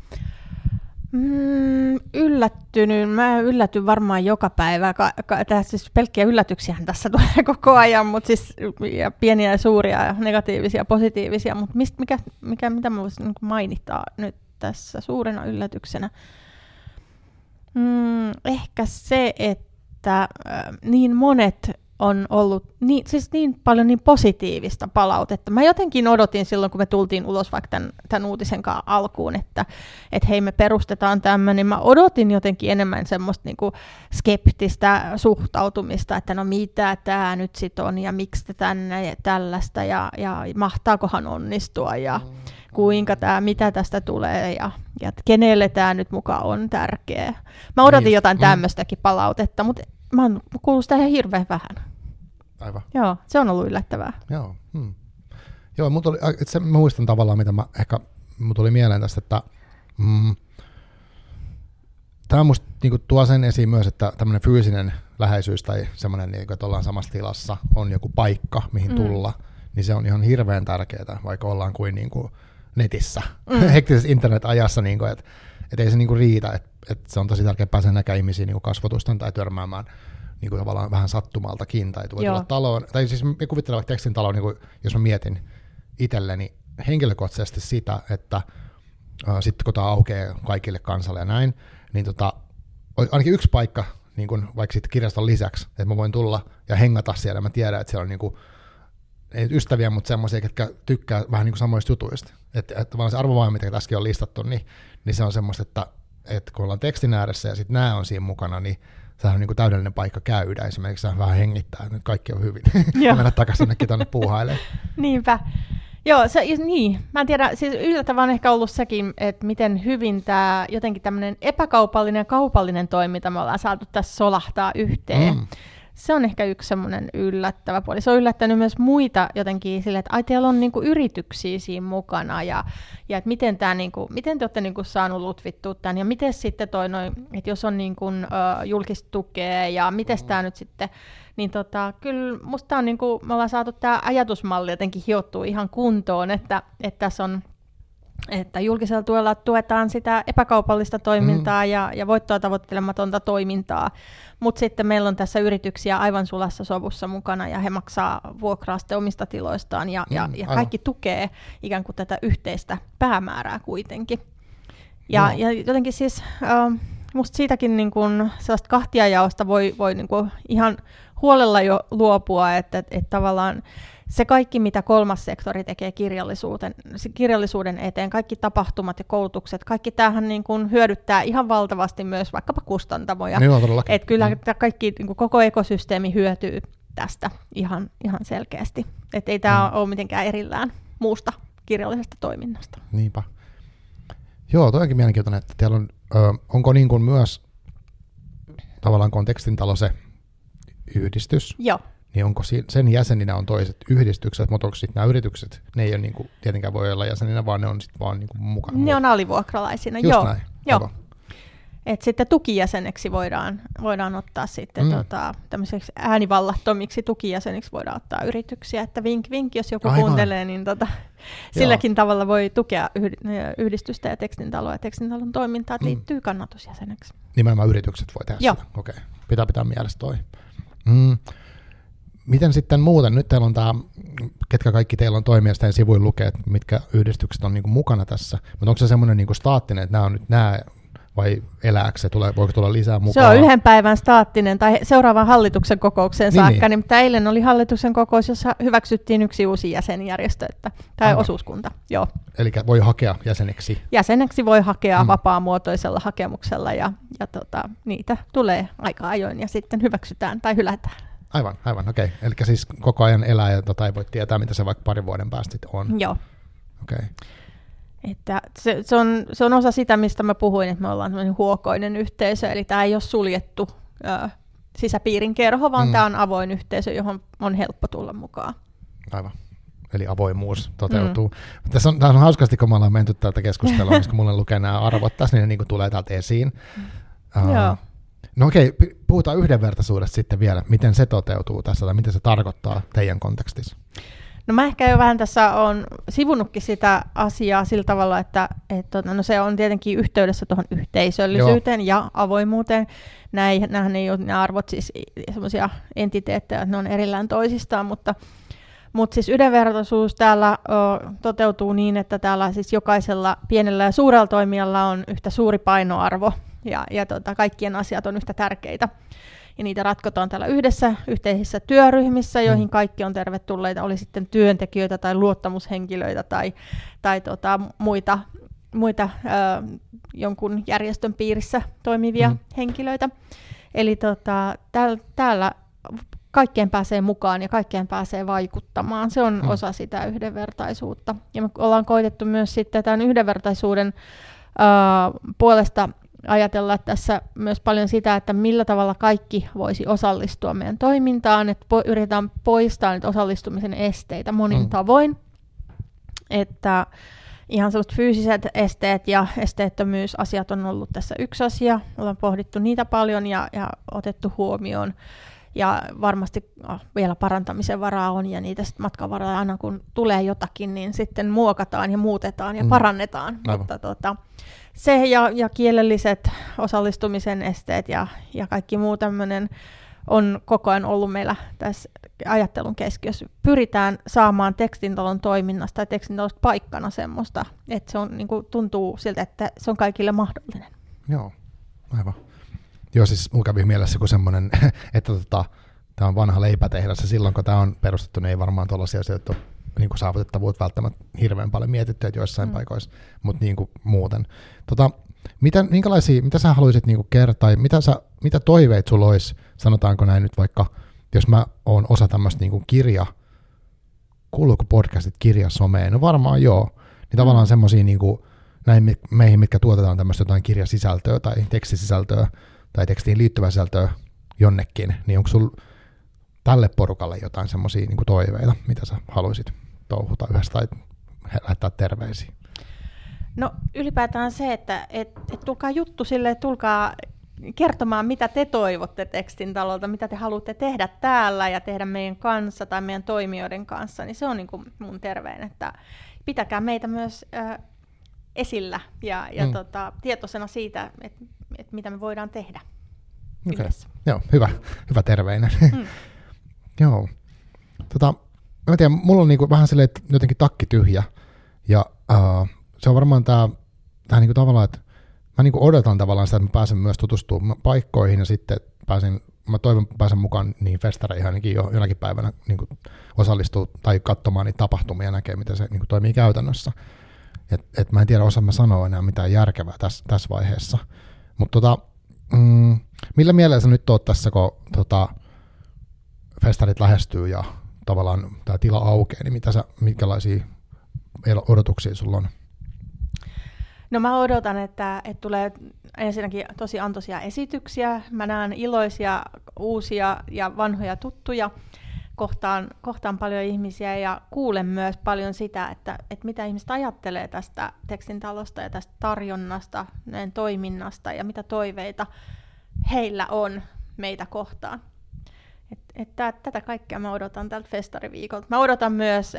[SPEAKER 2] Yllättynyt. Mä yllätyn varmaan joka päivä. Siis pelkkiä yllätyksiähän tässä tulee koko ajan, mutta siis ja pieniä ja suuria ja negatiivisia ja positiivisia. Mutta mitä mä voisin mainita nyt tässä suurena yllätyksenä? Ehkä se, että niin monet on ollut niin paljon niin positiivista palautetta. Mä jotenkin odotin silloin, kun me tultiin ulos vaikka tämän uutisen kanssa alkuun, että hei, me perustetaan tämmöinen. Mä odotin jotenkin enemmän semmoista niinku skeptistä suhtautumista, että no mitä tämä nyt sit on ja miksi tänne ja tällaista ja mahtaakohan onnistua ja kuinka mitä tästä tulee ja kenelle tämä nyt mukaan on tärkeä. Mä odotin jotain tämmöistäkin palautetta, mutta mä oon kuullut sitä ihan hirveän vähän. Aivan. Joo, se on ollut yllättävää. Joo, Joo, mä muistan tavallaan, mitä mun tuli mieleen tästä, että tämä musta niinku tuo sen esiin myös, että tämmöinen fyysinen läheisyys tai semmoinen, niinku, että ollaan samassa tilassa, on joku paikka, mihin tulla, niin se on ihan hirveän tärkeää, vaikka ollaan kuin niinku netissä, hektisessä internet-ajassa, niinku, että ei se niinku riitä, että se on tosi tärkeää päästä näkemään ihmisiä niinku kasvotusten tai törmäämään niinku tavallaan vähän sattumaltakin, tai voi tulla taloon, tai siis me kuvittelen vaikka tekstin taloon, niinku, jos mä mietin itselleni henkilökohtaisesti sitä, että sitten kun tämä aukeaa kaikille kansalle ja näin, niin ainakin yksi paikka, niin kun, vaikka sitten kirjaston lisäksi, että mä voin tulla ja hengata siellä, mä tiedän, että siellä on niinku
[SPEAKER 1] ei ystäviä, mutta semmoisia, ketkä tykkää vähän niin kuin samoista jutuista. Että vaan se arvovaihe, mitä tässäkin on listattu, niin se on semmoista, että kun ollaan tekstin ääressä ja sitten nämä on siinä mukana, niin sehän on niin kuin täydellinen paikka käydä. Esimerkiksi vähän hengittää, että nyt kaikki on hyvin. Ja mennä takaisin sinnekin tuonne puuhailemaan.
[SPEAKER 2] Niinpä. Joo, niin. Mä en tiedä, siis yllättävän on ehkä ollut sekin, että miten hyvin tämä jotenkin tämmöinen epäkaupallinen ja kaupallinen toiminta me ollaan saatu tässä solahtaa yhteen. Se on ehkä yksi semmoinen yllättävä puoli. Se on yllättänyt myös muita jotenkin silleen, että ai teillä on niinku yrityksiä siinä mukana ja että miten te olette niinku saanut lutvittua tämän ja miten sitten että jos on niinku, julkista tukea ja miten tämä nyt sitten, niin kyllä musta on niinku, me ollaan saatu tämä ajatusmalli jotenkin hiottua ihan kuntoon, että tässä on että julkisella tuella tuetaan sitä epäkaupallista toimintaa ja voittoa tavoittelematonta toimintaa, mutta sitten meillä on tässä yrityksiä aivan sulassa sovussa mukana ja he maksaa vuokraa sitten omista tiloistaan ja kaikki tukee ikään kuin tätä yhteistä päämäärää kuitenkin. Ja jotenkin siis musta siitäkin niin kun sellaista kahtiajaosta voi niin kun ihan huolella jo luopua, että tavallaan se kaikki, mitä kolmas sektori tekee kirjallisuuden eteen, kaikki tapahtumat ja koulutukset, kaikki tämähän niin kuin hyödyttää ihan valtavasti myös vaikkapa kustantamoja. Että kyllä kaikki, niin kuin koko ekosysteemi hyötyy tästä ihan selkeästi. Että ei tämä ole mitenkään erillään muusta kirjallisesta toiminnasta.
[SPEAKER 1] Niinpä. Joo, toi onkin mielenkiintoinen, että teillä on, onko niin kuin myös tavallaan kun on Tekstintalo se yhdistys?
[SPEAKER 2] Joo.
[SPEAKER 1] Niin onko sen jäseninä on toiset yhdistykset, mutta onko sitten nämä yritykset, ne ei ole niin kuin, tietenkään voi olla jäseninä, vaan ne on sitten vaan niin kuin mukana?
[SPEAKER 2] Ne on alivuokralaisina,
[SPEAKER 1] just
[SPEAKER 2] joo.
[SPEAKER 1] Näin.
[SPEAKER 2] Joo. Et sitten tukijäseneksi voidaan ottaa sitten tämmöiseksi äänivallattomiksi tukijäseniksi voidaan ottaa yrityksiä, että vink vink, jos joku kuuntelee, niin silläkin tavalla voi tukea yhdistystä ja Tekstintaloa ja Tekstintalon toimintaa, että liittyy kannatusjäseneksi.
[SPEAKER 1] Nimenomaan yritykset voi tehdä sitä? Okei. Pitää mielessä toi. Miten sitten muuten? Nyt teillä on ketkä kaikki teillä on toimijasta sivuilla lukee, että mitkä yhdistykset on niinku mukana tässä. Mutta onko se semmoinen niinku staattinen, että nämä on nyt nämä, vai elääkö se? Voiko tulla lisää mukaan?
[SPEAKER 2] Se on yhden päivän staattinen tai seuraavan hallituksen kokoukseen saakka. Niin. Eilen oli hallituksen kokous, jossa hyväksyttiin yksi uusi jäsenjärjestö tai osuuskunta. Joo. Eli
[SPEAKER 1] voi hakea jäseneksi?
[SPEAKER 2] Jäseneksi voi hakea vapaamuotoisella hakemuksella ja niitä tulee aika ajoin ja sitten hyväksytään tai hylätään.
[SPEAKER 1] Aivan, okei. Eli siis koko ajan elää ja ei voi tietää, mitä se vaikka parin vuoden päästä on.
[SPEAKER 2] Joo.
[SPEAKER 1] Okei.
[SPEAKER 2] Että se on osa sitä, mistä mä puhuin, että me ollaan sellainen huokoinen yhteisö, eli tämä ei ole suljettu sisäpiirin kerho, vaan tämä on avoin yhteisö, johon on helppo tulla mukaan. Aivan.
[SPEAKER 1] Eli avoimuus toteutuu. Tässä on hauskasti, kun me ollaan menty täältä keskustelua, koska mulle lukee nämä arvot tässä, niin ne niin kuin tulee täältä esiin.
[SPEAKER 2] Joo.
[SPEAKER 1] No okei, puhutaan yhdenvertaisuudesta sitten vielä. Miten se toteutuu tässä tai miten se tarkoittaa teidän kontekstissa?
[SPEAKER 2] No mä ehkä jo vähän tässä on sivunnutkin sitä asiaa sillä tavalla, että se on tietenkin yhteydessä tuohon yhteisöllisyyteen ja avoimuuteen. Nämähän ei ole nämä arvot siis semmoisia entiteettejä, että ne on erillään toisistaan, mutta siis yhdenvertaisuus täällä toteutuu niin, että täällä siis jokaisella pienellä ja suurella toimijalla on yhtä suuri painoarvo ja kaikkien asiat on yhtä tärkeitä. Ja niitä ratkotaan täällä yhdessä yhteisissä työryhmissä, joihin kaikki on tervetulleita, oli sitten työntekijöitä tai luottamushenkilöitä tai muita jonkun järjestön piirissä toimivia henkilöitä. Eli täällä kaikkeen pääsee mukaan ja kaikkeen pääsee vaikuttamaan. Se on osa sitä yhdenvertaisuutta. Ja me ollaan koitettu myös sitten tämän yhdenvertaisuuden puolesta ajatella tässä myös paljon sitä, että millä tavalla kaikki voisi osallistua meidän toimintaan, että yritetään poistaa nyt osallistumisen esteitä monin tavoin, että ihan sellaiset fyysiset esteet ja esteettömyysasiat on ollut tässä yksi asia, ollaan pohdittu niitä paljon ja otettu huomioon, ja varmasti vielä parantamisen varaa on, ja niitä sitten matkan varrella aina kun tulee jotakin, niin sitten muokataan ja muutetaan ja parannetaan, mutta se ja kielelliset osallistumisen esteet ja kaikki muu tämmöinen on koko ajan ollut meillä tässä ajattelun keskiössä. Pyritään saamaan Tekstintalon toiminnasta ja Tekstintalosta paikkana semmoista, että se on, niin kuin, tuntuu siltä, että se on kaikille mahdollinen.
[SPEAKER 1] Joo, aivan. Joo, siis mulla kävi mielessä kuin semmoinen, että tämä on vanha leipätehdas, ja silloin kun tämä on perustettu, niin ei varmaan tuollaisia asioita ole niin kuin saavutettavuutta välttämättä hirveän paljon mietitty, että joissain paikoissa, mutta niin kuin muuten. Mitä sä haluaisit niin kuin kertoa, mitä toiveet sulla olisi, sanotaanko näin nyt vaikka, jos mä oon osa tämmöistä niin kuin kuuluuko podcastit kirjasomeen? No varmaan joo. Niin tavallaan semmoisia niin kuin näin meihin, mitkä tuotetaan tämmöistä jotain kirjasisältöä tai tekstisisältöä tai tekstiin liittyvää sisältöä jonnekin, niin onko sulla tälle porukalle jotain semmoisia niin kuin toiveita, mitä sä haluaisit touhuta yhdessä tai lähettää terveisiä?
[SPEAKER 2] No ylipäätään se, että tulkaa juttu sille, tulkaa kertomaan, mitä te toivotte Tekstin talolta, mitä te haluatte tehdä täällä ja tehdä meidän kanssa tai meidän toimijoiden kanssa, niin se on niin kuin mun tervein, että pitäkää meitä myös esillä ja tietoisena siitä, että mitä me voidaan tehdä yhdessä.
[SPEAKER 1] Joo, hyvä terveinen. Joo. Mä tiedän, mulla on niinku vähän silleen, että jotenkin takki tyhjä ja se on varmaan tää niinku tavallaan, että mä niinku odotan tavallaan sitä, että mä pääsen myös tutustumaan paikkoihin ja sitten mä toivon pääsen mukaan niin festareihin ainakin jo jonakin päivänä niinku osallistuu tai katsomaan niitä tapahtumia ja näkee, miten se niinku toimii käytännössä. Et mä en tiedä, osaan mä sanoa enää mitään järkevää tässä vaiheessa. Mutta millä mielellä sä nyt oot tässä, kun festarit lähestyy ja tavallaan tämä tila aukeaa, niin minkälaisia odotuksia sulla on?
[SPEAKER 2] No mä odotan, että tulee ensinnäkin tosi antoisia esityksiä. Mä näen iloisia, uusia ja vanhoja tuttuja. Kohtaan paljon ihmisiä ja kuulen myös paljon sitä, että mitä ihmiset ajattelee tästä Tekstin talosta ja tästä tarjonnasta, näin toiminnasta ja mitä toiveita heillä on meitä kohtaan. Tätä kaikkea mä odotan tältä festariviikolta. Mä odotan myös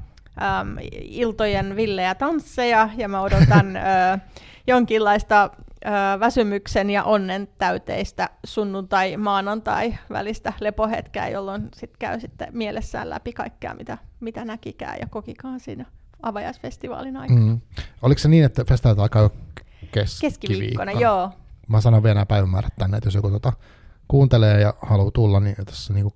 [SPEAKER 2] iltojen villejä tansseja ja mä odotan jonkinlaista väsymyksen ja onnen täyteistä sunnuntai-maanantai välistä lepohetkeä, jolloin sit käy sitten mielessään läpi kaikkea, mitä näkikään ja kokikaan siinä avajaisfestivaalin aikana.
[SPEAKER 1] Oliko se niin, että festarit alkaa jo keskiviikkona?
[SPEAKER 2] Joo.
[SPEAKER 1] Mä sanon vielä nämä päivämäärät tänne, että jos joku kuuntelee ja haluaa tulla, niin tässä niin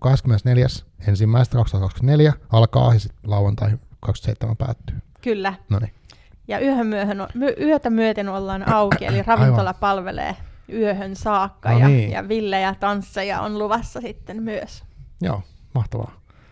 [SPEAKER 1] 24.1.2024 alkaa ja sitten lauantai 27 päättyy.
[SPEAKER 2] Kyllä.
[SPEAKER 1] Noniin.
[SPEAKER 2] Ja yötä myöten ollaan auki, eli ravintola palvelee yöhön saakka ja villejä tansseja on luvassa sitten myös.
[SPEAKER 1] Joo, mahtavaa.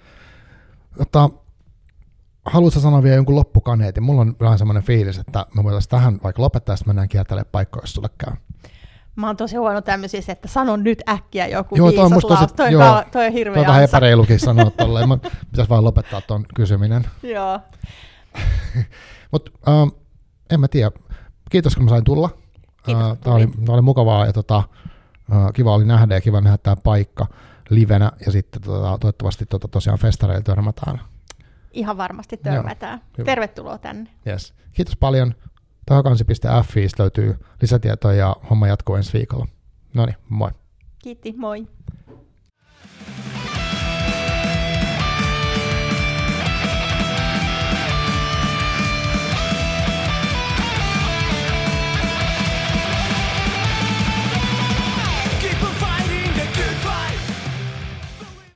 [SPEAKER 1] Haluatko sanoa vielä jonkun loppukaneetin? Mulla on vähän semmoinen fiilis, että me voitaisiin tähän vaikka lopettaa, että mennään kiertelemään paikkoja, jos sulle käy.
[SPEAKER 2] Mä oon tosi huono tämmöisissä, että sanon nyt äkkiä joku
[SPEAKER 1] viisas
[SPEAKER 2] laus. Toi on hirveä
[SPEAKER 1] ansa. Vähän epäreilukin sanoa tolleen. Pitäisi vaan lopettaa tuon kysyminen.
[SPEAKER 2] Joo.
[SPEAKER 1] Mutta en mä tiedä. Kiitos, kun mä sain tulla. Tämä oli mukavaa ja kiva oli nähdä ja kiva nähdä tämä paikka livenä ja sitten toivottavasti tosiaan festareilla törmätään.
[SPEAKER 2] Ihan varmasti törmätään. Joo, tervetuloa tänne.
[SPEAKER 1] Yes. Kiitos paljon. Tahokansi.fi löytyy lisätietoja ja homma jatkuu ensi viikolla. Noniin, moi.
[SPEAKER 2] Kiitti, moi.